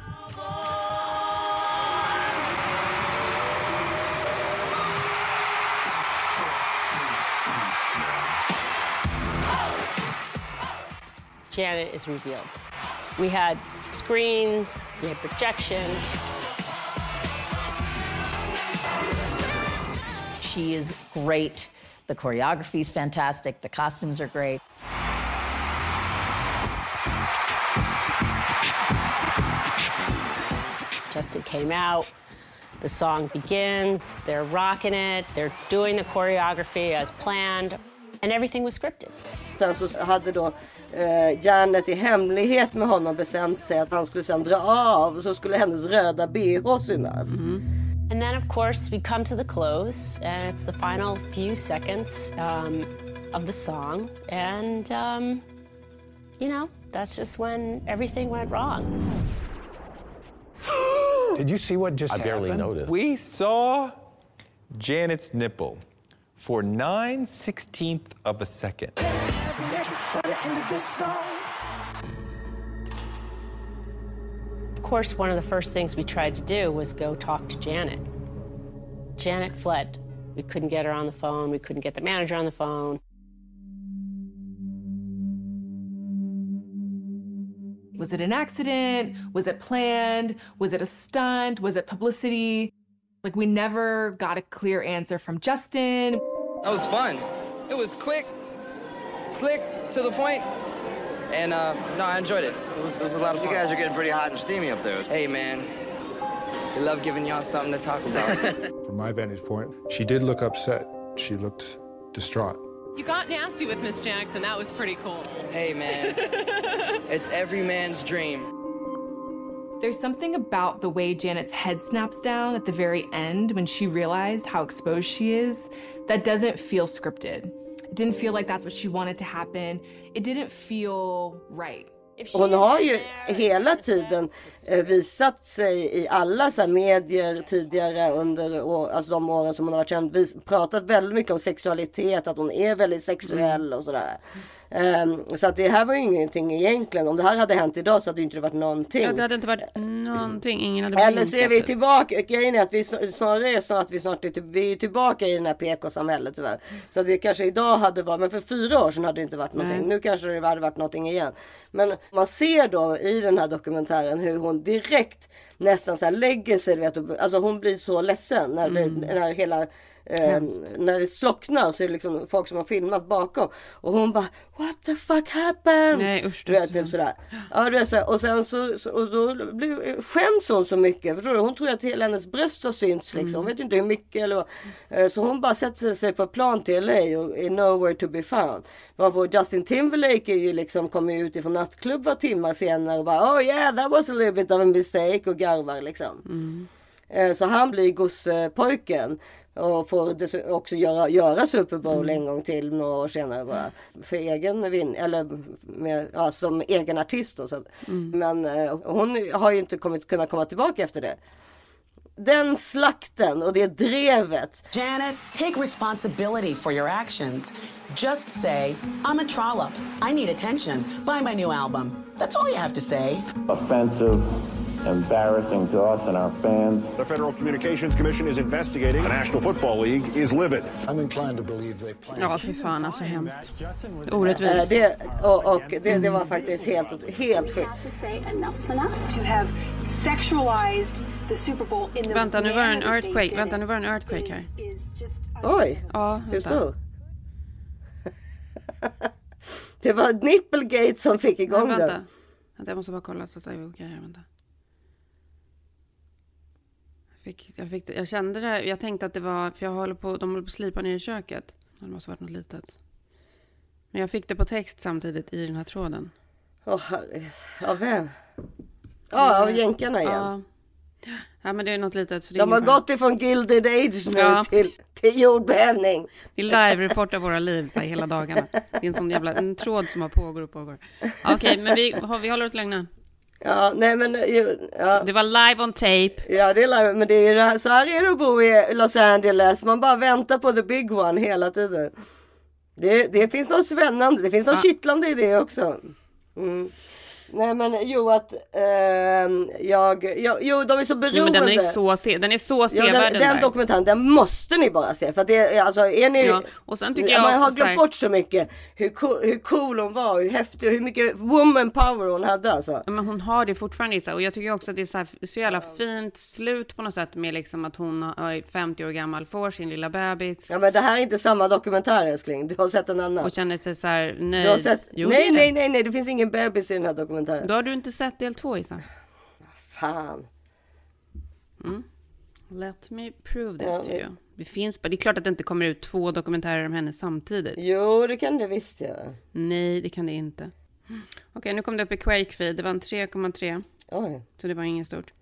Janet is revealed. We had screens, we had projection. She is great. The choreography is fantastic. The costumes are great. Justin came out. The song begins. They're rocking it. They're doing the choreography as planned. And everything was scripted. Sen så hade då Janet i hemlighet med honom bestämt sig att han skulle sen dra av. Och så skulle hennes röda BH synas. And then, of course, we come to the close, and it's the final few seconds of the song. And, you know, that's just when everything went wrong. Did you see what just happened? I barely noticed. We saw Janet's nipple for 9/16 of a second. Of course, one of the first things we tried to do was go talk to Janet. Janet fled. We couldn't get her on the phone. We couldn't get the manager on the phone. Was it an accident? Was it planned? Was it a stunt? Was it publicity? Like, we never got a clear answer from Justin. That was fun. It was quick, slick, to the point. And no, I enjoyed it. It was a lot of fun. You guys are getting pretty hot and steamy up there. Hey, man. We love giving y'all something to talk about. From my vantage point, she did look upset. She looked distraught. You got nasty with Miss Jackson. That was pretty cool. Hey, man. It's every man's dream. There's something about the way Janet's head snaps down at the very end when she realized how exposed she is that doesn't feel scripted. It didn't feel like that's what she wanted to happen. It didn't feel right. Hon har ju hela tiden visat sig i alla så här medier tidigare under alltså de åren som hon har varit känd, pratat väldigt mycket om sexualitet, att hon är väldigt sexuell och sådär. Så att det här var ju ingenting egentligen. Om det här hade hänt idag så hade det inte varit någonting. Ja, det hade inte varit någonting. Ingen hade eller så är vi tillbaka. Grejen är att vi snarare är tillbaka i den här PK-samhället tyvärr. Så att det kanske idag hade varit, men för 4 år sedan hade det inte varit någonting. Nu kanske det hade varit någonting igen. Men man ser då i den här dokumentären hur hon direkt nästan så här lägger sig, vet, alltså hon blir så ledsen när hela när det slocknar, så är det liksom folk som har filmat bakom och hon bara what the fuck happened? Nej, usch, du vet, typ sådär. Ja, du vet, så, och sen så skäms hon så mycket, förstår du? Hon tror att hela hennes bröst har synts liksom. Hon vet inte hur mycket eller så hon bara sätter sig på plan till LA och är nowhere to be found. Varpå Justin Timberlake är ju liksom kommer ut ifrån nattklubbar timmar senare och bara oh yeah, that was a little bit of a mistake och garvar liksom. Så han blir gospojken och får också göra Super Bowl en gång till några år senare bara för egen vinn eller med, som egen artist då, så. Men hon har ju inte kunnat komma tillbaka efter det. Den slakten och det drevet. Janet, take responsibility for your actions. Just say, I'm a trollop. I need attention. Buy my new album. That's all you have to say. Offensive, embarrassing to us and our fans. The Federal Communications Commission is investigating. The National Football League is livid. I'm inclined to believe they plan. Ja, för fan, alltså hemskt. Orättvist. Det var faktiskt helt sjukt. Vänta, nu var det en earthquake här. Oj, ja, hur stor? Det var Nipplegate som fick igång den. Vänta, jag måste bara kolla så att det är okej här, vänta. Jag kände det, jag tänkte att det var, för de håller på att slipa ner i köket. Det måste ha varit något litet. Men jag fick det på text samtidigt i den här tråden. Av vem? Ja, av jänkarna igen. Ja, men det är något litet. Så de har gått ifrån Gilded Age nu till jordbävning. Det är live-report av våra liv så här, hela dagarna. Det är en sån jävla tråd som har pågår. Okej, men vi håller oss lugna. Ja, nej men det var live on tape. Ja, det är live, men det är ju så här är det att bo i Los Angeles. Man bara väntar på the big one hela tiden. Det finns något spännande, det finns något kittlande i det också. Nej men att de är så beroende. Jo, men den är så sevärd den dokumentären, den måste ni bara se. För att det alltså är ni. Ja, och sen tycker jag man har glömt bort så mycket hur cool hon var, hur häftig, hur mycket woman power hon hade alltså. Ja, men hon har det fortfarande i sig. Och jag tycker också att det är så jävla fint slut på något sätt med liksom att hon är 50 år gammal, får sin lilla bebis. Ja, men det här är inte samma dokumentär, älskling. Du har sett en annan. Och känner sig så här nöjd. Du har sett... Nej, det finns ingen bebis i den här dokumentären. Då har du inte sett del 2, Isa. Fan. Let me prove this to you. Det är klart att det inte kommer ut 2 dokumentärer om henne samtidigt. Jo, det kan det visst göra. Nej, det kan det inte. Okej, nu kom det upp i Quake-feed. Det var en 3,3. Oj. Så det var inget stort.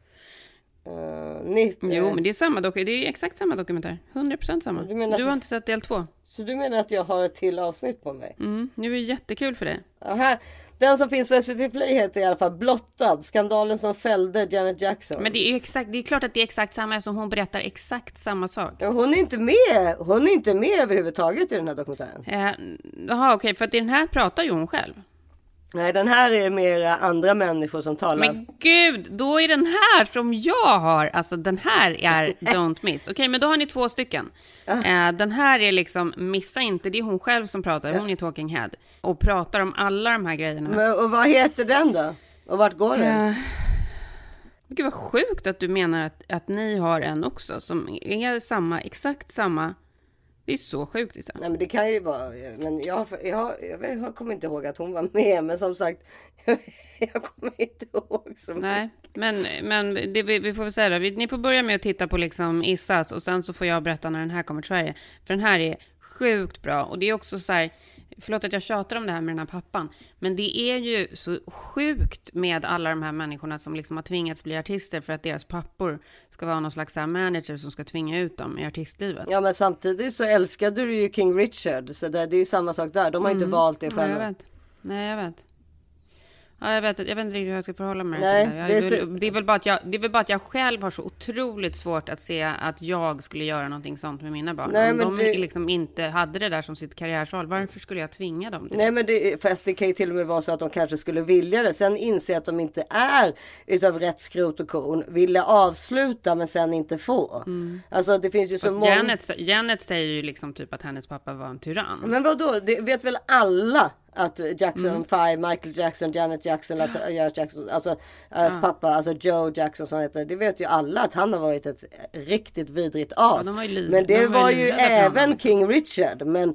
90. Jo, men det är exakt samma dokumentär. 100% samma. Du har inte sett del 2. Så du menar att jag har ett till avsnitt på mig? Nu är det jättekul för dig. Aha. Den som finns på SVT Play heter i alla fall Blottad. Skandalen som fällde Janet Jackson. Men det är klart att det är exakt samma som hon berättar exakt samma sak. Hon är inte med överhuvudtaget i den här dokumentären. Jaha, okej, för att i den här pratar ju hon själv. Nej, den här är mer andra människor som talar. Men gud, då är den här som jag har. Alltså den här är Don't Miss. Okej, men då har ni 2 stycken. Den här är liksom, missa inte, det är hon själv som pratar. Hon är Talking Head. Och pratar om alla de här grejerna. Men, och vad heter den då? Och vart går den? Gud vad sjukt att du menar att ni har en också. Som är exakt samma. Det är så sjukt istället. Nej, men det kan ju vara. Men jag kommer inte ihåg att hon var med. Men som sagt, jag kommer inte ihåg så mycket. Nej, men det, vi får väl säga det. Ni får börja med att titta på liksom Issas. Och sen så får jag berätta när den här kommer till Sverige. För den här är sjukt bra. Och det är också så här. Förlåt att jag tjatar om det här med den här pappan. Men det är ju så sjukt med alla de här människorna som liksom har tvingats bli artister för att deras pappor ska vara någon slags manager som ska tvinga ut dem i artistlivet. Ja, men samtidigt så älskade du ju King Richard. Så det är ju samma sak där. De har inte valt det själva. Jag vet. Nej, jag vet. Ja, jag vet inte riktigt hur jag ska förhålla mig. Nej, det är väl bara att jag själv har så otroligt svårt att se att jag skulle göra någonting sånt med mina barn. Nej, om de liksom inte hade det där som sitt karriärsval, varför skulle jag tvinga dem till det? Nej, men fast det kan ju till och med vara så att de kanske skulle vilja det. Sen inse att de inte är utav rätt skrot och korn. Vilja avsluta men sen inte få. Alltså det finns ju så många... Janet säger ju liksom typ att hennes pappa var en tyrann. Men vadå? Det vet väl alla att Jackson 5, Michael Jackson, Janet Jackson, Jackson, alltså pappa, alltså Joe Jackson som heter, det vet ju alla att han har varit ett riktigt vidrigt as. Ja, men det var ju även King Richard, men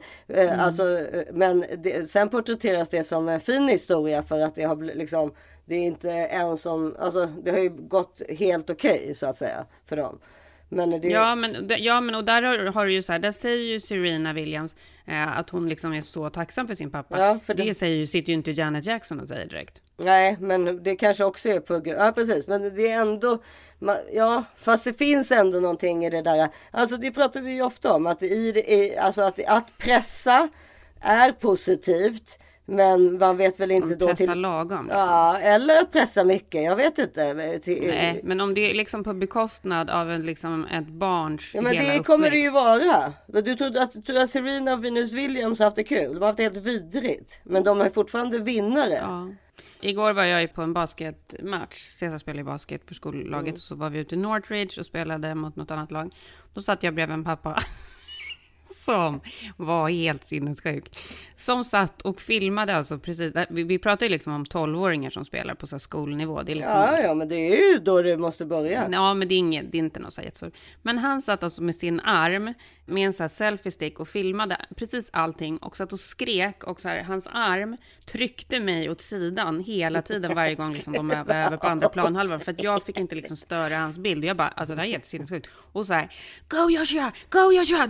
sen porträtteras det som en fin historia för att det har liksom, det är inte en som, alltså det har ju gått helt okej så att säga för dem. Men det... Ja, men och där har du ju så här, där säger ju Serena Williams att hon liksom är så tacksam för sin pappa. Ja, för det sitter ju inte Janet Jackson och säger direkt. Nej, men det kanske också är på... Ja, precis. Men det är ändå... Ja, fast det finns ändå någonting i det där. Alltså det pratar vi ju ofta om. Att, att pressa är positivt. Men man vet väl inte då pressa lagom. Liksom. Ja, eller att pressa mycket. Jag vet inte. Nej, men om det är liksom på bekostnad av ett barns ja, men hela det kommer det ju vara. Du trodde att Serena och Venus Williams haft det kul. De har haft det helt vidrigt. Men de är fortfarande vinnare. Ja. Igår var jag på en basketmatch. Cesar spelade i basket för skollaget. Och så var vi ute i Northridge och spelade mot något annat lag. Då satt jag bredvid en pappa som var helt sinnessjuk. Som satt och filmade alltså precis. Vi pratar ju liksom om 12-åringar som spelar på så skolnivå. Det är liksom, ja, men det är ju då det måste börja. Ja, men det är inte något så jättestort. Men han satt alltså med sin arm med en så här selfie-stick och filmade precis allting. Och satt och skrek och så här, hans arm tryckte mig åt sidan hela tiden varje gång liksom de var över på andra planhalvan. För att jag fick inte liksom störa hans bild. Jag bara, alltså det här är helt sinnessjukt. Och så här, go Joshua,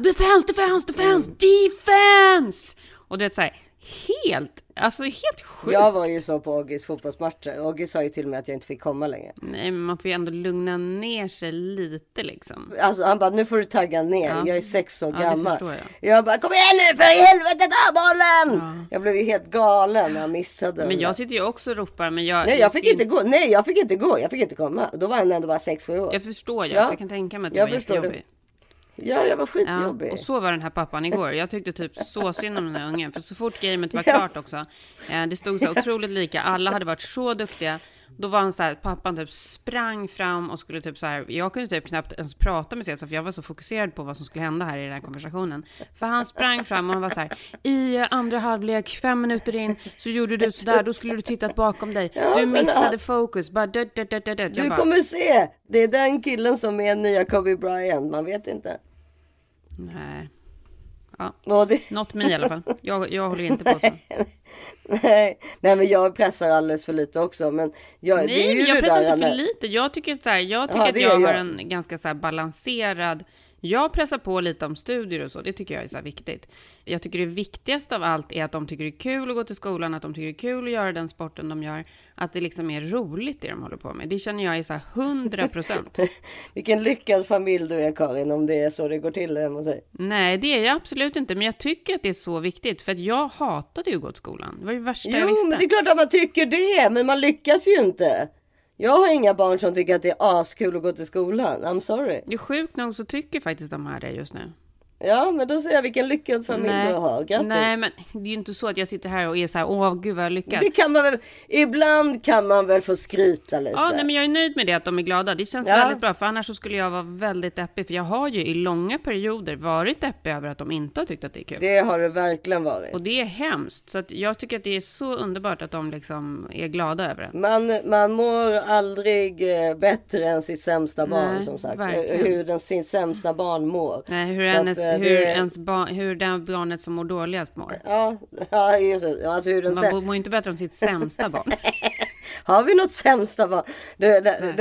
defense! Och du vet så här, helt sjukt. Jag var ju så på Oggis fotbollsmatcher. Oggis sa ju till mig att jag inte fick komma längre. Nej, men man får ju ändå lugna ner sig lite liksom. Alltså han bara, nu får du tagga ner. Ja. Jag är 6 år gammal. Jag bara, kom igen nu för i helvete, ta bollen! Ja. Jag blev ju helt galen när jag missade. Men jag sitter ju också och ropar. Men jag fick inte gå. Nej, jag fick inte gå. Jag fick inte komma. Då var han ändå bara 6-7 år. Jag förstår ju. Ja. Jag kan tänka mig att det var jättejobbigt. Ja, jag var skitjobbig. Ja, och så var den här pappan igår. Jag tyckte typ så synd om den här ungen. För så fort gamet var klart också. Det stod så otroligt lika. Alla hade varit så duktiga. Då var han så här, pappan typ sprang fram och skulle typ så här. Jag kunde typ knappt ens prata med Cesar. För jag var så fokuserad på vad som skulle hända här i den här konversationen. För han sprang fram och han var så här. I andra halvlek, 5 minuter in. Så gjorde du sådär, då skulle du tittat bakom dig. Du missade fokus. Bara du kommer se. Det är den killen som är nya Kobe Bryant. Man vet inte. Nej. Ja. Något mig i alla fall. Jag håller inte på så. Nej, men jag pressar alldeles för lite också. Men jag pressar inte för lite. Jag tycker att jag har en ganska så här balanserad. Jag pressar på lite om studier och så. Det tycker jag är så här viktigt. Jag tycker det viktigaste av allt är att de tycker det är kul att gå till skolan. Att de tycker det är kul att göra den sporten de gör. Att det liksom är roligt det de håller på med. Det känner jag är så här 100%. Vilken lyckad familj du är, Karin, om det är så det går till hemma sig. Nej, det är jag absolut inte. Men jag tycker att det är så viktigt. För att jag hatade ju att gå till skolan. Det var det värsta jag visste. Jo, men det är klart att man tycker det. Men man lyckas ju inte. Jag har inga barn som tycker att det är askul att gå till skolan. I'm sorry. Det är sjukt nog så tycker faktiskt de här det just nu. Ja, men då säger jag vilken lyckad familj du har. Grattis. Nej, men det är ju inte så att jag sitter här och är så här, åh gud vad jag lyckad. Det kan man väl, ibland kan man väl få skryta lite. Ja, nej, men jag är nöjd med det att de är glada. Det känns väldigt bra, för annars så skulle jag vara väldigt deppig. För jag har ju i långa perioder varit deppig över att de inte har tyckt att det är kul. Det har det verkligen varit. Och det är hemskt. Så att jag tycker att det är så underbart att de liksom är glada över det. Man mår aldrig bättre än sitt sämsta barn, nej, som sagt. Verkligen. Sitt sämsta barn mår. Nej, hur den barnet som mår dåligast mår. Ja, alltså hur den man mår inte bättre än sitt sämsta barn. Har vi något sämsta barn? Det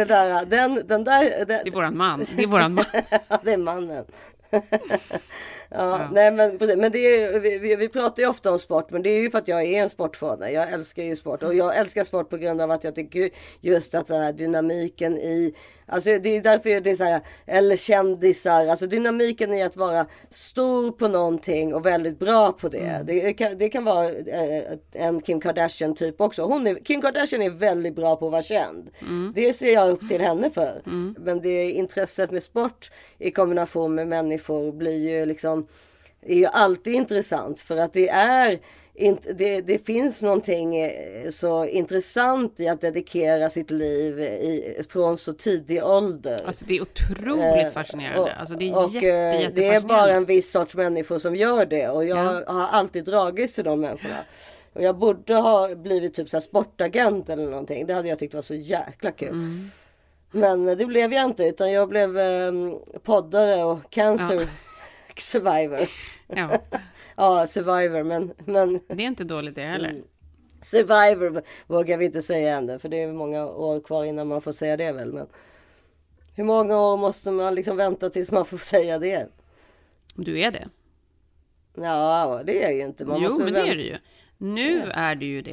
är våran man. Det är våran man. Det är mannen. Ja. Nej, men det är, vi pratar ju ofta om sport, men det är ju för att jag är en sportfana. Jag älskar ju sport, och jag älskar sport på grund av att jag tycker just att den här dynamiken i, alltså det är därför det är så här, eller kändisar, alltså dynamiken i att vara stor på någonting och väldigt bra på det. Det kan vara en Kim Kardashian typ också. Kim Kardashian är väldigt bra på att vara känd. Det ser jag upp till henne för. Men det intresset med sport i kombination med människor blir ju liksom, är ju alltid intressant, för att det finns någonting så intressant i att dedikera sitt liv från så tidig ålder. Alltså det är otroligt fascinerande. Alltså det är jättefascinerande. Det är bara en viss sorts människor som gör det, och jag har alltid dragits till de människorna. Och jag borde ha blivit typ så här sportagent eller någonting. Det hade jag tyckt var så jäkla kul. Men det blev jag inte, utan jag blev poddare och cancer survivor. Ja, survivor, men det är inte dåligt det heller. Survivor vågar vi inte säga ännu, för det är många år kvar innan man får säga det väl. Men hur många år måste man liksom vänta tills man får säga det? Du är det. Ja, det är ju inte. Men det är det ju. Nu är det ju det.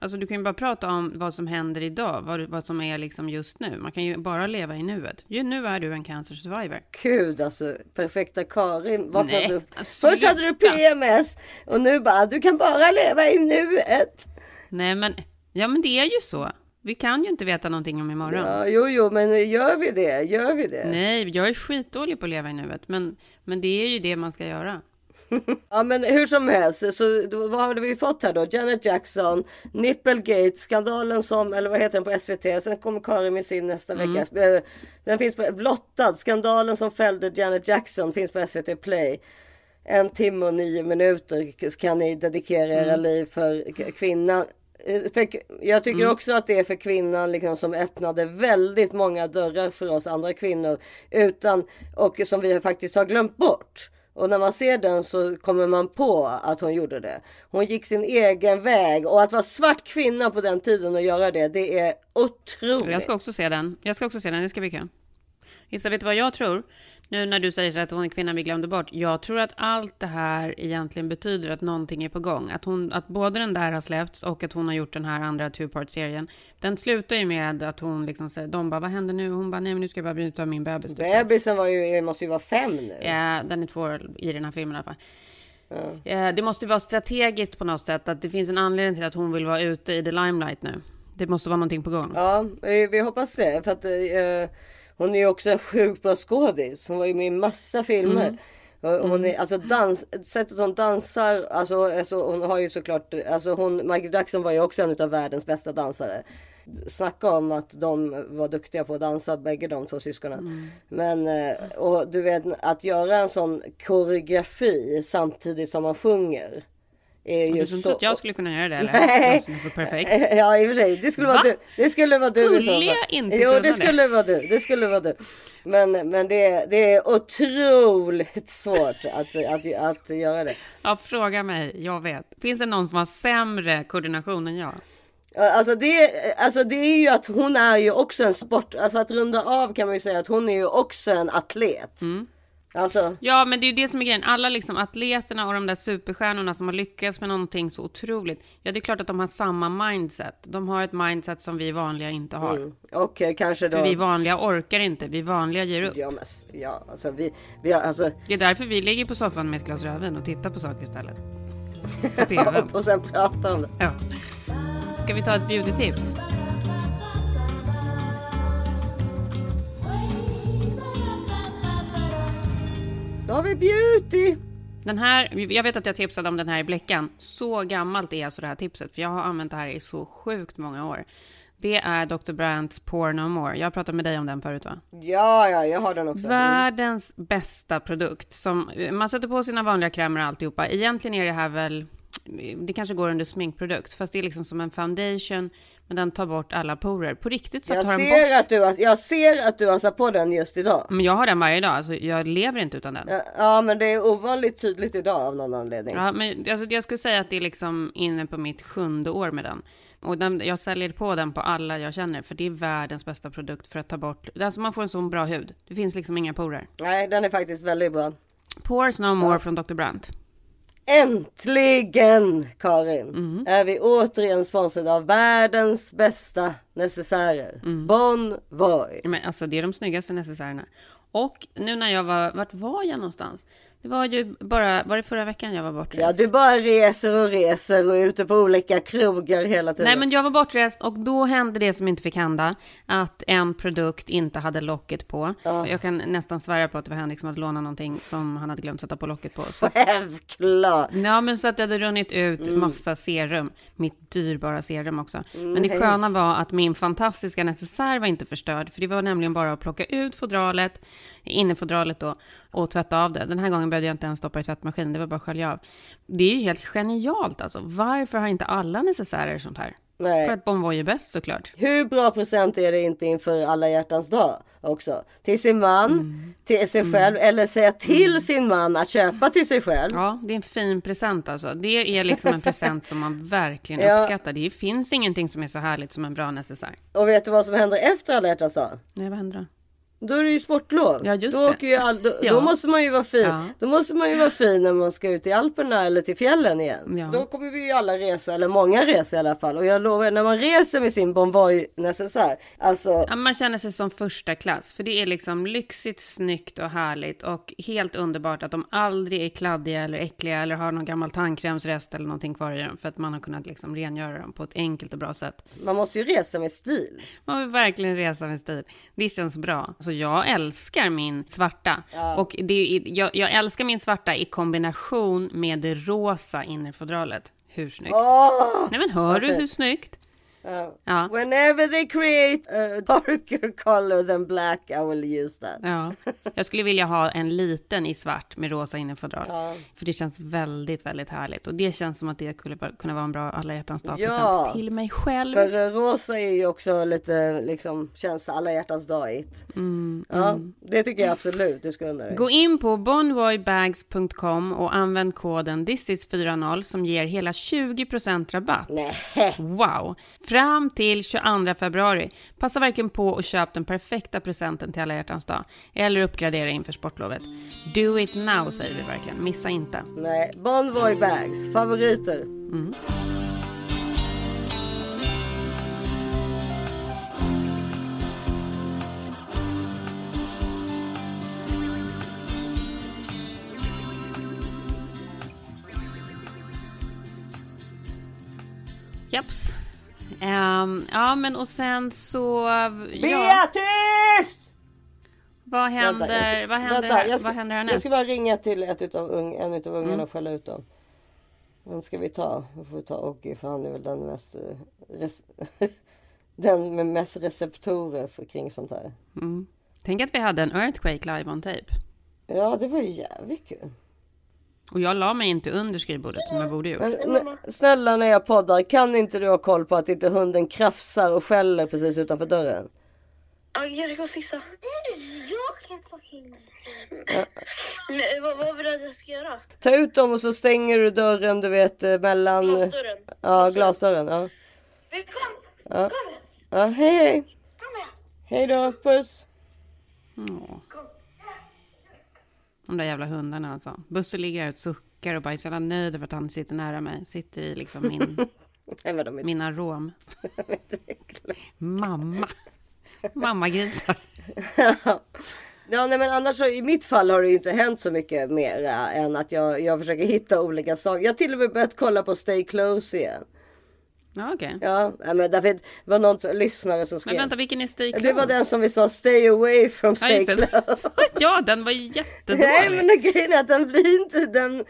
Alltså du kan ju bara prata om vad som händer idag, vad som är liksom just nu. Man kan ju bara leva i nuet. Nu är du en cancer survivor. Gud alltså, perfekta Karin. Du? Först hade du PMS och nu bara, du kan bara leva i nuet. Nej men det är ju så. Vi kan ju inte veta någonting om imorgon. Ja, jo, men gör vi det? Nej, jag är skitdålig på att leva i nuet. Men det är ju det man ska göra. Ja, men hur som helst. Så vad har vi fått här då? Janet Jackson, Nipplegate, skandalen som, eller vad heter den på SVT? Sen kommer Karin med sin nästa vecka. Den finns på Blottad. Skandalen som fällde Janet Jackson finns på SVT Play. 1 timme och 9 minuter kan ni dedikera era liv för kvinnan. Jag tycker också att det är för kvinnan liksom, som öppnade väldigt många dörrar för oss andra kvinnor och som vi faktiskt har glömt bort. Och när man ser den så kommer man på att hon gjorde det. Hon gick sin egen väg, och att vara svart kvinna på den tiden och göra det är otroligt. Jag ska också se den, det ska bli kul. Gissa, vet du vad jag tror? Nu när du säger så att hon är kvinnan vi glömde bort. Jag tror att allt det här egentligen betyder att någonting är på gång. Att både den där har släppts och att hon har gjort den här andra 2-part-serien. Den slutar ju med att hon liksom säger, de bara, vad händer nu? Hon bara, nej men nu ska jag bara bryta av min bebis. Bebisen måste ju vara 5 nu. Ja, den är 2 i den här filmen i alla fall. Ja, det måste vara strategiskt på något sätt. Att det finns en anledning till att hon vill vara ute i the limelight nu. Det måste vara någonting på gång. Ja, vi hoppas det. För att hon är ju också en sjukt bra skådis. Hon var ju med i massa filmer. Hon är, alltså sättet hon dansar, alltså hon har ju såklart, Michael Jackson var ju också en av världens bästa dansare. Snacka om att de var duktiga på att dansa, bägge de 2 syskonen. Men, och du vet, att göra en sån koreografi samtidigt som man sjunger. Du tror att jag skulle kunna göra det, eller? Nej. Som är så perfekt. Ja, i och för sig. Det skulle vara du. Det skulle vara du. Skulle jag inte kunna det? Det skulle vara du. Men det är otroligt svårt att göra det. Ja, fråga mig. Jag vet. Finns det någon som har sämre koordination än jag? Alltså det är ju att hon är ju också en sport. För att runda av kan man ju säga att hon är ju också en atlet. Alltså. Ja, men det är ju det som är grejen. Alla liksom atleterna och de där superstjärnorna som har lyckats med någonting så otroligt. Ja, det är klart att de har samma mindset. De har ett mindset som vi vanliga inte har. Okej, kanske då. För vi vanliga orkar inte. Vi vanliga ger upp. Ja, alltså vi alltså. Det är därför vi ligger på soffan med ett glas rödvin och tittar på saker istället. Och sen pratar om det. Ja. Ska vi ta ett beauty-tips? Då har vi beauty. Den här, jag vet att jag tipsade om den här i Bläckan. Så gammalt är alltså det här tipset. För jag har använt det här i så sjukt många år. Det är Dr. Brandts Pore No More. Jag pratade med dig om den förut, va? Ja, jag har den också. Världens bästa produkt. Som man sätter på sina vanliga krämer och alltihopa. Egentligen är det här väl... Det kanske går under sminkprodukt. Fast det är liksom som en foundation. Men den tar bort alla porer. På riktigt så tar den bort... Jag ser att du har satt på den just idag. Men jag har den varje dag. Alltså, jag lever inte utan den. Ja, men det är ovanligt tydligt idag av någon anledning. Ja, men alltså, jag skulle säga att det är liksom inne på mitt 7:e år med den. Och jag säljer på den på alla jag känner. För det är världens bästa produkt för att ta bort... Alltså man får en sån bra hud. Det finns liksom inga porer. Nej, den är faktiskt väldigt bra. Pores No More från Dr. Brandt. Äntligen, Karin, är vi återigen sponsrade av världens bästa necessärer. Bon Voy. Men alltså det är de snyggaste necessärerna. Och nu när jag vart var jag någonstans? Det var ju bara, var det förra veckan jag var bortrest? Ja, du bara reser och är ute på olika krogar hela tiden. Nej, men jag var bortrest och då hände det som inte fick hända. Att en produkt inte hade locket på. Ja. Jag kan nästan svära på att det var Henrik som hade lånat någonting som han hade glömt sätta på locket på. Självklart! Ja, men så att det hade runnit ut massa serum. Mitt dyrbara serum också. Men det sköna var att min fantastiska necessär var inte förstörd. För det var nämligen bara att plocka ut fodralet, innefodralet då, och tvätta av det. Den här gången behövde jag inte ens stoppa i tvättmaskinen, det var bara att skölja av. Det är ju helt genialt alltså. Varför har inte alla necessärer sånt här? Nej. För att Bon Voy är bäst såklart. Hur bra present är det inte inför alla hjärtans dag också? Till sin man, till sig själv, eller säga till sin man att köpa till sig själv. Ja, det är en fin present alltså. Det är liksom en present som man verkligen uppskattar. Det finns ingenting som är så härligt som en bra necessär. Och vet du vad som händer efter alla hjärtans dag? Nej, vad händer då? Då är det ju sportlov. Ja, just då det. Åker ju då måste man ju vara fin. Ja. Då måste man ju vara fin när man ska ut i Alperna eller till fjällen igen. Ja. Då kommer vi ju alla resa, eller många reser i alla fall. Och jag lovar, när man reser med sin Bonvoy necessär, alltså... Ja, man känner sig som första klass. För det är liksom lyxigt, snyggt och härligt. Och helt underbart att de aldrig är kladdiga eller äckliga eller har någon gammal tandkrämsrest eller någonting kvar i dem. För att man har kunnat liksom rengöra dem på ett enkelt och bra sätt. Man måste ju resa med stil. Man vill verkligen resa med stil. Det känns bra. Så jag älskar min svarta. Ja. Och jag älskar min svarta i kombination med det rosa innerfodralet. Hur snyggt? Nej, men hör du hur snyggt? Ja. Whenever they create a darker color than black, I will use that. Ja. Jag skulle vilja ha en liten i svart med rosa innanfodral. För det känns väldigt, väldigt härligt. Och det känns som att det skulle kunna vara en bra alla hjärtans dag till mig själv. För rosa är ju också lite, liksom, känns alla hjärtans dag-igt. Det tycker jag absolut du ska undra dig. Gå in på bonvoybags.com och använd koden thisis40 som ger hela 20% rabatt. Nej. Wow. Fram till 22 februari. Passa verkligen på och köp den perfekta presenten till alla hjärtans dag. Eller uppgradera inför sportlovet. Do it now, säger vi verkligen. Missa inte. Nej, Bonvoy Bags. Favoriter. Japs. Ja, men och sen så... Beatrice! Vad händer? Vad händer härnäst? Jag ska bara ringa till en utav ungarna och skälla ut dem. Men ska vi ta? Vi får ta Oggy, för han är väl den mest den med mest receptorer för kring sånt här. Tänk att vi hade en Earthquake live on tape. Ja, det var ju jävligt kul. Och jag la mig inte under skrivbordet som jag borde gjort. Snälla, när jag poddar, kan inte du ha koll på att inte hunden krafsar och skäller precis utanför dörren? Ja, jag kan fixa. Jag kan fucking... Vad vill du att jag ska göra? Ta ut dem och så stänger du dörren, du vet, mellan... Glasdörren. Ja, glasdörren, ja. Kom. Ja, hej. Kom här. Hej då, puss. De där jävla hundarna alltså. Busse ligger här och suckar och bara är så jävla nöjd över att han sitter nära mig. Sitter i liksom min arom. Mammagrisar. Ja, nej, men annars så, i mitt fall har det ju inte hänt så mycket mer än att jag försöker hitta olika saker. Jag har till och med börjat kolla på Stay Close igen. Ja, okej. Ja, men det var någon lyssnare som skrev. Men vänta, vilken är Stay Close? Det var den som vi sa, Stay Away from Stay Close. Ja, den var jättedålig. Nej, men grejen är att den blir inte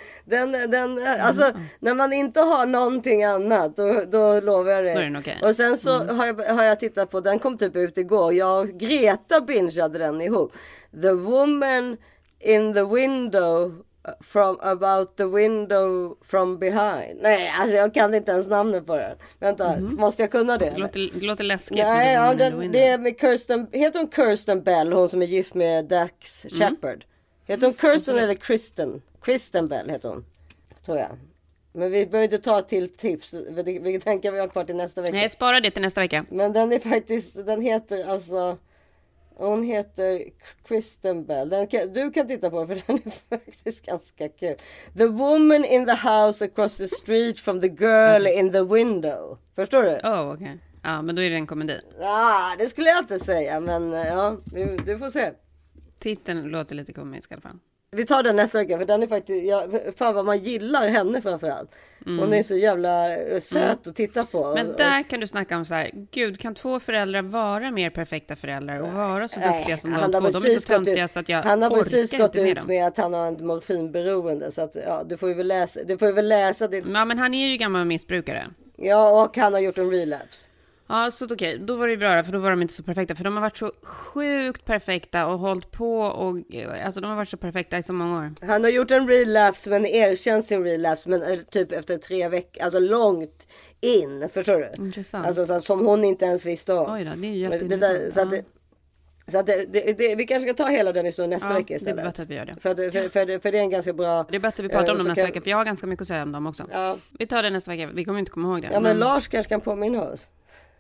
alltså när man inte har någonting annat då lovar jag det. Då är den okej. Och sen så har jag tittat på, den kom typ ut igår. Jag och Greta bingeade den ihop. The Woman in the Window from about the window from behind. Nej, alltså jag kan inte ens namnet på den. Vänta, måste jag kunna det? Det låter läskigt. Nej, ja, det är med Kirsten. Heter hon Kirsten Bell, hon som är gift med Dax Shepard? Heter hon Kirsten eller Kristen? Kristen Bell heter hon, tror jag. Men vi behöver inte ta till tips. Vi tänker vi har kvar till nästa vecka. Nej, spara det till nästa vecka. Men den är faktiskt, den heter alltså... Hon heter Kristen Bell. Du kan titta på den, för den är faktiskt ganska kul. The woman in the house across the street from the girl in the window. Förstår du? Okej. Ja, men då är det en komedi. Ja, det skulle jag inte säga. Men ja, du får se. Titeln låter lite komisk i alla fall. Vi tar den nästa vecka, för den är faktiskt, fan vad man gillar henne framförallt. Hon är så jävla söt att titta på. Men där kan du snacka om så här, gud, kan två föräldrar vara mer perfekta föräldrar och vara så duktiga som de två? De är så töntiga så att jag han har precis orkar gått inte ut med att han har en morfinberoende, så att ja, du får ju väl läsa det. Ja, men han är ju gammal missbrukare. Ja, och han har gjort en relapse. Ja, så okej. Då var det bra, för då var de inte så perfekta. För de har varit så sjukt perfekta och hållit på och... Alltså de har varit så perfekta i så många år. Han har gjort en relapse, men erkänt sin relapse. Men typ efter 3 veckor, alltså långt in, förstår du? Intressant. Alltså så, som hon inte ens visste om. Oj då, det är ju jätteintressant. Så att vi kanske ska ta hela den historien nästa vecka istället. Det är bättre att vi gör det. För det är en ganska bra... Det är bättre att vi pratar om dem nästa vecka, för jag har ganska mycket att säga om dem också. Ja. Vi tar det nästa vecka, vi kommer inte komma ihåg det. Ja, men Lars kanske kan påminna oss.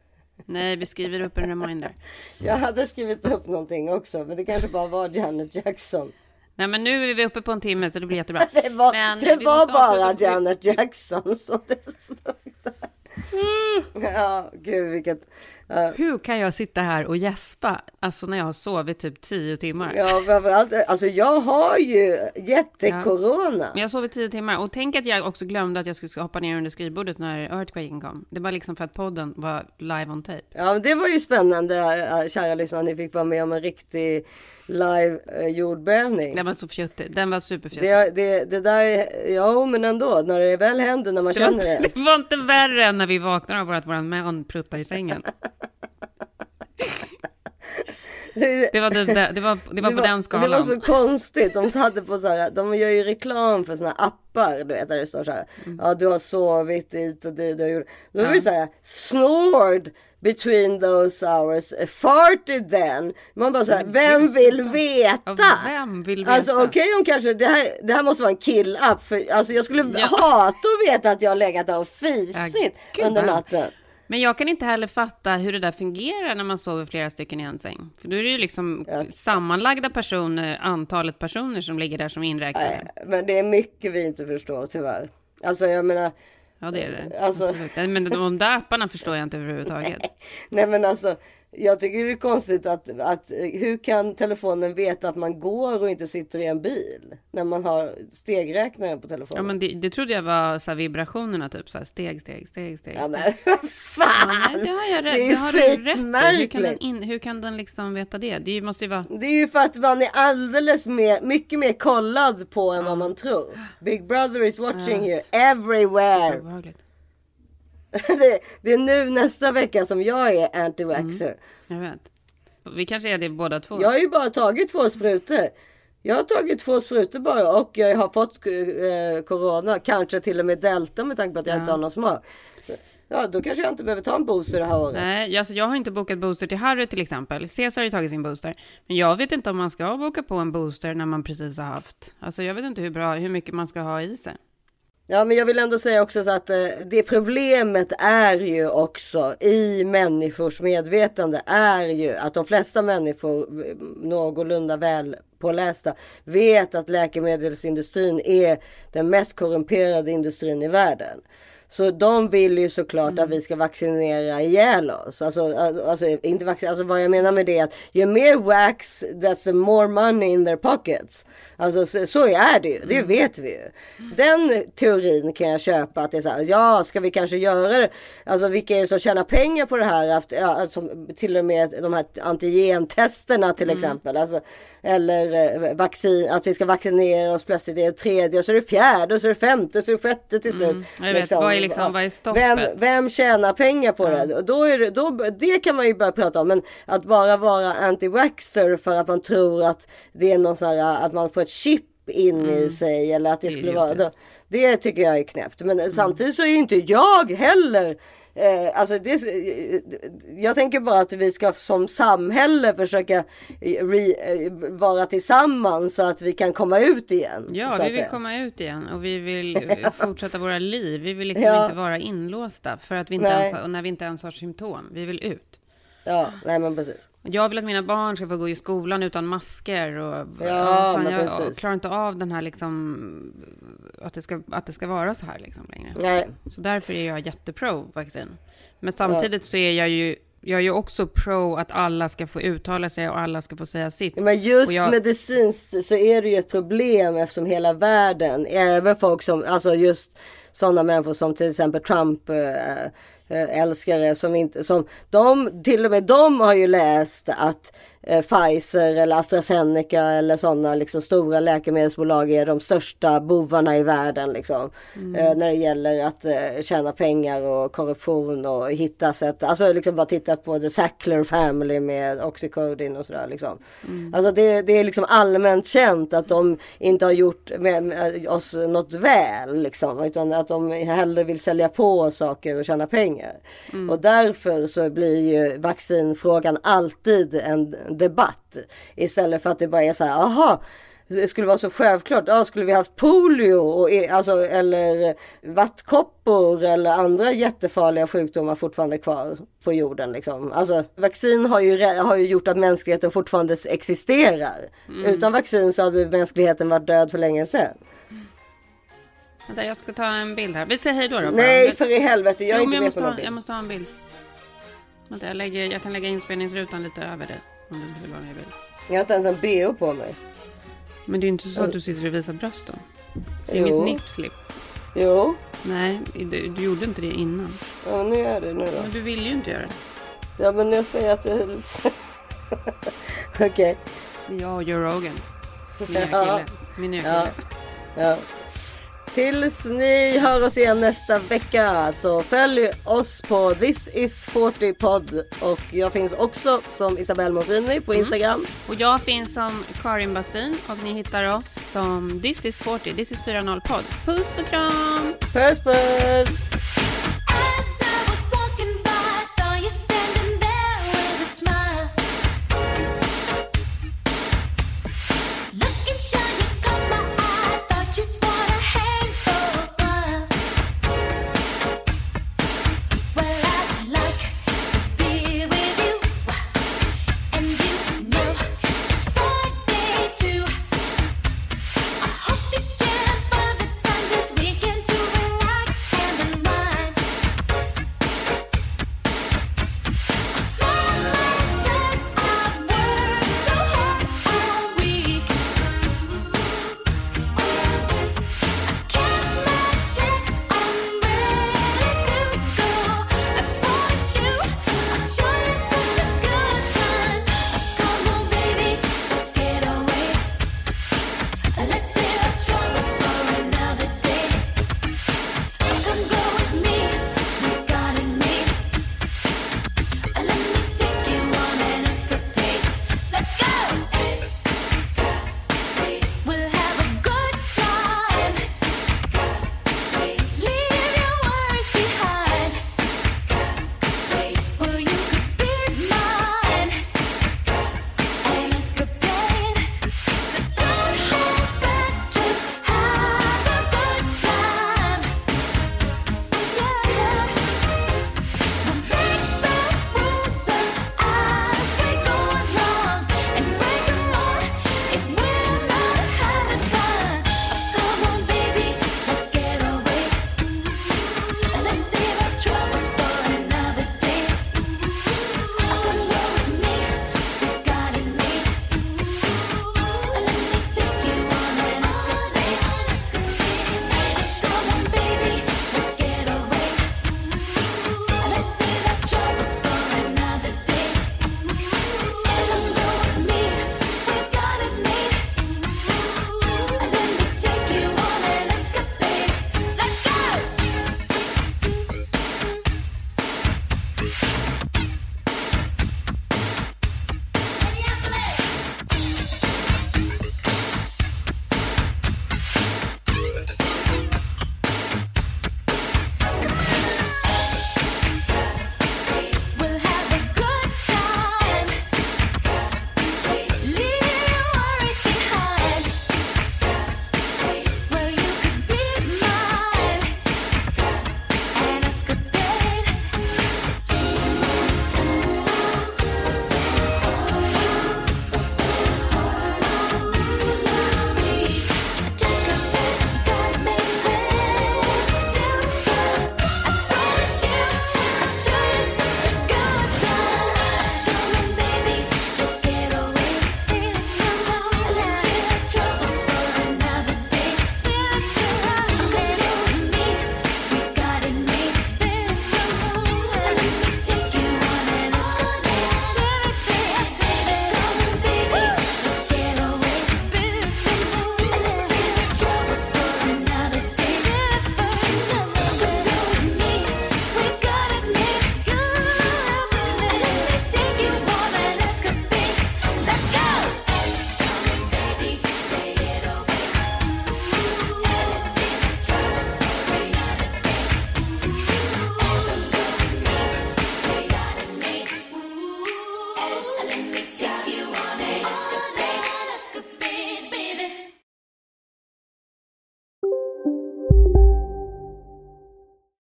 Nej, vi skriver upp en reminder. Jag hade skrivit upp någonting också, men det kanske bara var Janet Jackson. Nej, men nu är vi uppe på en timme så det blir jättebra. Det var bara Janet Jackson så det Ja, gud vilket... Hur kan jag sitta här och gäspa? Alltså när jag har sovit typ 10 timmar. Ja, framförallt, alltså jag har ju jättekorona. Men jag har sovit 10 timmar. Och tänk att jag också glömde att jag skulle hoppa ner under skrivbordet när earthquaken kom. Det var liksom för att podden var live on tape. Ja, men det var ju spännande, kära lyssnare. Ni fick vara med om en riktig live jordbävning. Den var så fjuttig. Den var superfjuttig. Det där, ja men ändå, när det väl händer, när man känner det. Det var inte värre än när vi vaknar av att våran man pruttar i sängen. Det var på den skalan. Det var så konstigt. De hade på så här, de gör ju reklam för såna appar, du vet, där det står så här. Ja, du har sovit dit och det du gjorde. Då är det så här, snored between those hours, farted then. Man bara så här, vem vill veta? Vem vill veta? Alltså okej, om kanske det här måste vara en kill-app, för alltså jag skulle hata att veta att jag har legat där och fisit under natten. Men jag kan inte heller fatta hur det där fungerar när man sover flera stycken i en säng. För då är det ju liksom sammanlagda personer, antalet personer som ligger där som inräknade. Men det är mycket vi inte förstår tyvärr. Alltså jag menar... Ja, det är det. Alltså... Men de där apparna förstår jag inte överhuvudtaget. Nej men alltså, jag tycker det är konstigt att hur kan telefonen veta att man går och inte sitter i en bil när man har stegräknaren på telefonen? Ja, men det trodde jag var så här vibrationerna, typ så här steg. Ja men fan! Ja, nej, det har jag rätt. Det är ju skitmärkligt. Hur kan den liksom veta det? Det måste ju vara... Det är ju för att man är alldeles mycket mer kollad på än vad man tror. Big Brother is watching you everywhere. Det är nu nästa vecka som jag är anti-vaxxer. Jag vet. Vi kanske är det båda två. Jag har ju bara tagit 2 sprutor. Jag har tagit 2 sprutor bara och jag har fått corona. Kanske till och med delta med tanke på att jag inte har någon smak. Ja, då kanske jag inte behöver ta en booster det här året. Nej, alltså jag har inte bokat booster till Harry till exempel. Cesar har ju tagit sin booster. Men jag vet inte om man ska boka på en booster när man precis har haft. Alltså jag vet inte hur mycket man ska ha i sig. Ja, men jag vill ändå säga också så att det problemet är ju också i människors medvetande är ju att de flesta människor någorlunda väl pålästa vet att läkemedelsindustrin är den mest korrumperade industrin i världen. Så de vill ju såklart att vi ska vaccinera ihjäl oss. Alltså vad jag menar med det är att ju mer wax, that's the more money in their pockets. Alltså så är det ju, det vet vi ju. Den teorin kan jag köpa, att det är så här, ja, ska vi kanske göra det? Alltså vilka är det som tjänar pengar på det här? Alltså, till och med de här antigentesterna till exempel. Alltså, eller vaccin, att vi ska vaccinera oss plötsligt, det är 3:e, och så är det 4:e, och så är det 5:e, och så är det 6:e till slut. Jag vet, vad är stoppet? Vem tjänar pengar på det? Det kan man ju börja prata om, men att bara vara anti-vaxxer för att man tror att det är någon sån här, att man får ett chip in i sig, eller att det skulle vara, det tycker jag är knäppt. Men samtidigt så är ju inte jag heller jag tänker bara att vi ska som samhälle försöka vara tillsammans så att vi kan komma ut igen. Ja, vi vill komma ut igen och vi vill fortsätta våra liv. Vi vill liksom inte vara inlåsta för att vi inte ens när vi inte ens har symptom. Vi vill ut. Ja, nej men precis. Jag vill att mina barn ska få gå i skolan utan masker och jag klarar inte av den här liksom att det ska vara så här liksom längre. Nej. Så därför är jag jättepro vaccin. Men samtidigt så är jag är ju också pro att alla ska få uttala sig och alla ska få säga sitt. Men just medicinskt så är det ju ett problem eftersom hela världen, även folk som, alltså just sådana människor som till exempel Trump älskare till och med de har ju läst att Pfizer eller AstraZeneca eller sådana liksom stora läkemedelsbolag är de största bovarna i världen liksom. När det gäller att tjäna pengar och korruption och hitta sätt, alltså liksom bara titta på The Sackler Family med Oxycodone och sådär liksom. Alltså det är liksom allmänt känt att de inte har gjort med oss något väl liksom, utan att de hellre vill sälja på saker och tjäna pengar. Och därför så blir ju vaccinfrågan alltid en debatt istället för att det bara är så här, aha, det skulle vara så självklart. Ja, skulle vi haft polio och, alltså, eller vattkoppor eller andra jättefarliga sjukdomar fortfarande kvar på jorden liksom. Alltså vaccin har ju gjort att mänskligheten fortfarande existerar. Utan vaccin så hade mänskligheten varit död för länge sedan. Vänta, jag ska ta en bild här. Vi säger hej då. Nej, för i helvete. Jag är inte med på någon bild. Jag måste ha en bild. Vänta, jag kan lägga inspelningsrutan lite över dig. Om du vill vara med i bild. Jag har inte ens en BH på mig. Men det är ju inte så att du sitter och visar brösten. Det är inget nipslip. Jo. Nej, du gjorde inte det innan. Ja, nu gör det nu då. Men du vill ju inte göra det. Ja, men jag säger att det... Okej. Jag och Joe Rogan. Min nya kille. Ja. Tills ni hör oss igen nästa vecka så följ oss på This is 40 podd och jag finns också som Isabelle Morini på Instagram. Och jag finns som Karin Bastin och ni hittar oss som This is 40, This is 40 podd. Puss och kram! Puss puss!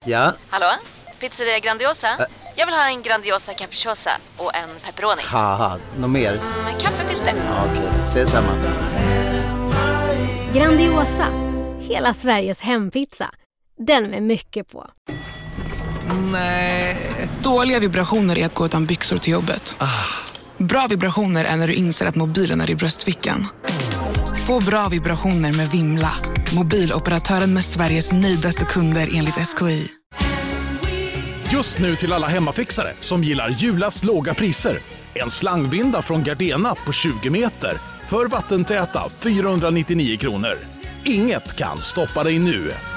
Ja? Hallå? Pizzeria Grandiosa? Jag vill ha en Grandiosa capriciosa och en pepperoni. Haha, något mer? Kaffefilter. Ja, okej, ses samma. Grandiosa, hela Sveriges hempizza. Den med mycket på. Nej. Dåliga vibrationer är att gå utan byxor till jobbet. Bra vibrationer är när du inser att mobilen är i bröstfickan. Få bra vibrationer med Vimla. Mobiloperatören med Sveriges nöjdaste kunder enligt SKI. Just nu till alla hemmafixare som gillar Julas låga priser. En slangvinda från Gardena på 20 meter för vattentäta 499 kronor. Inget kan stoppa dig nu.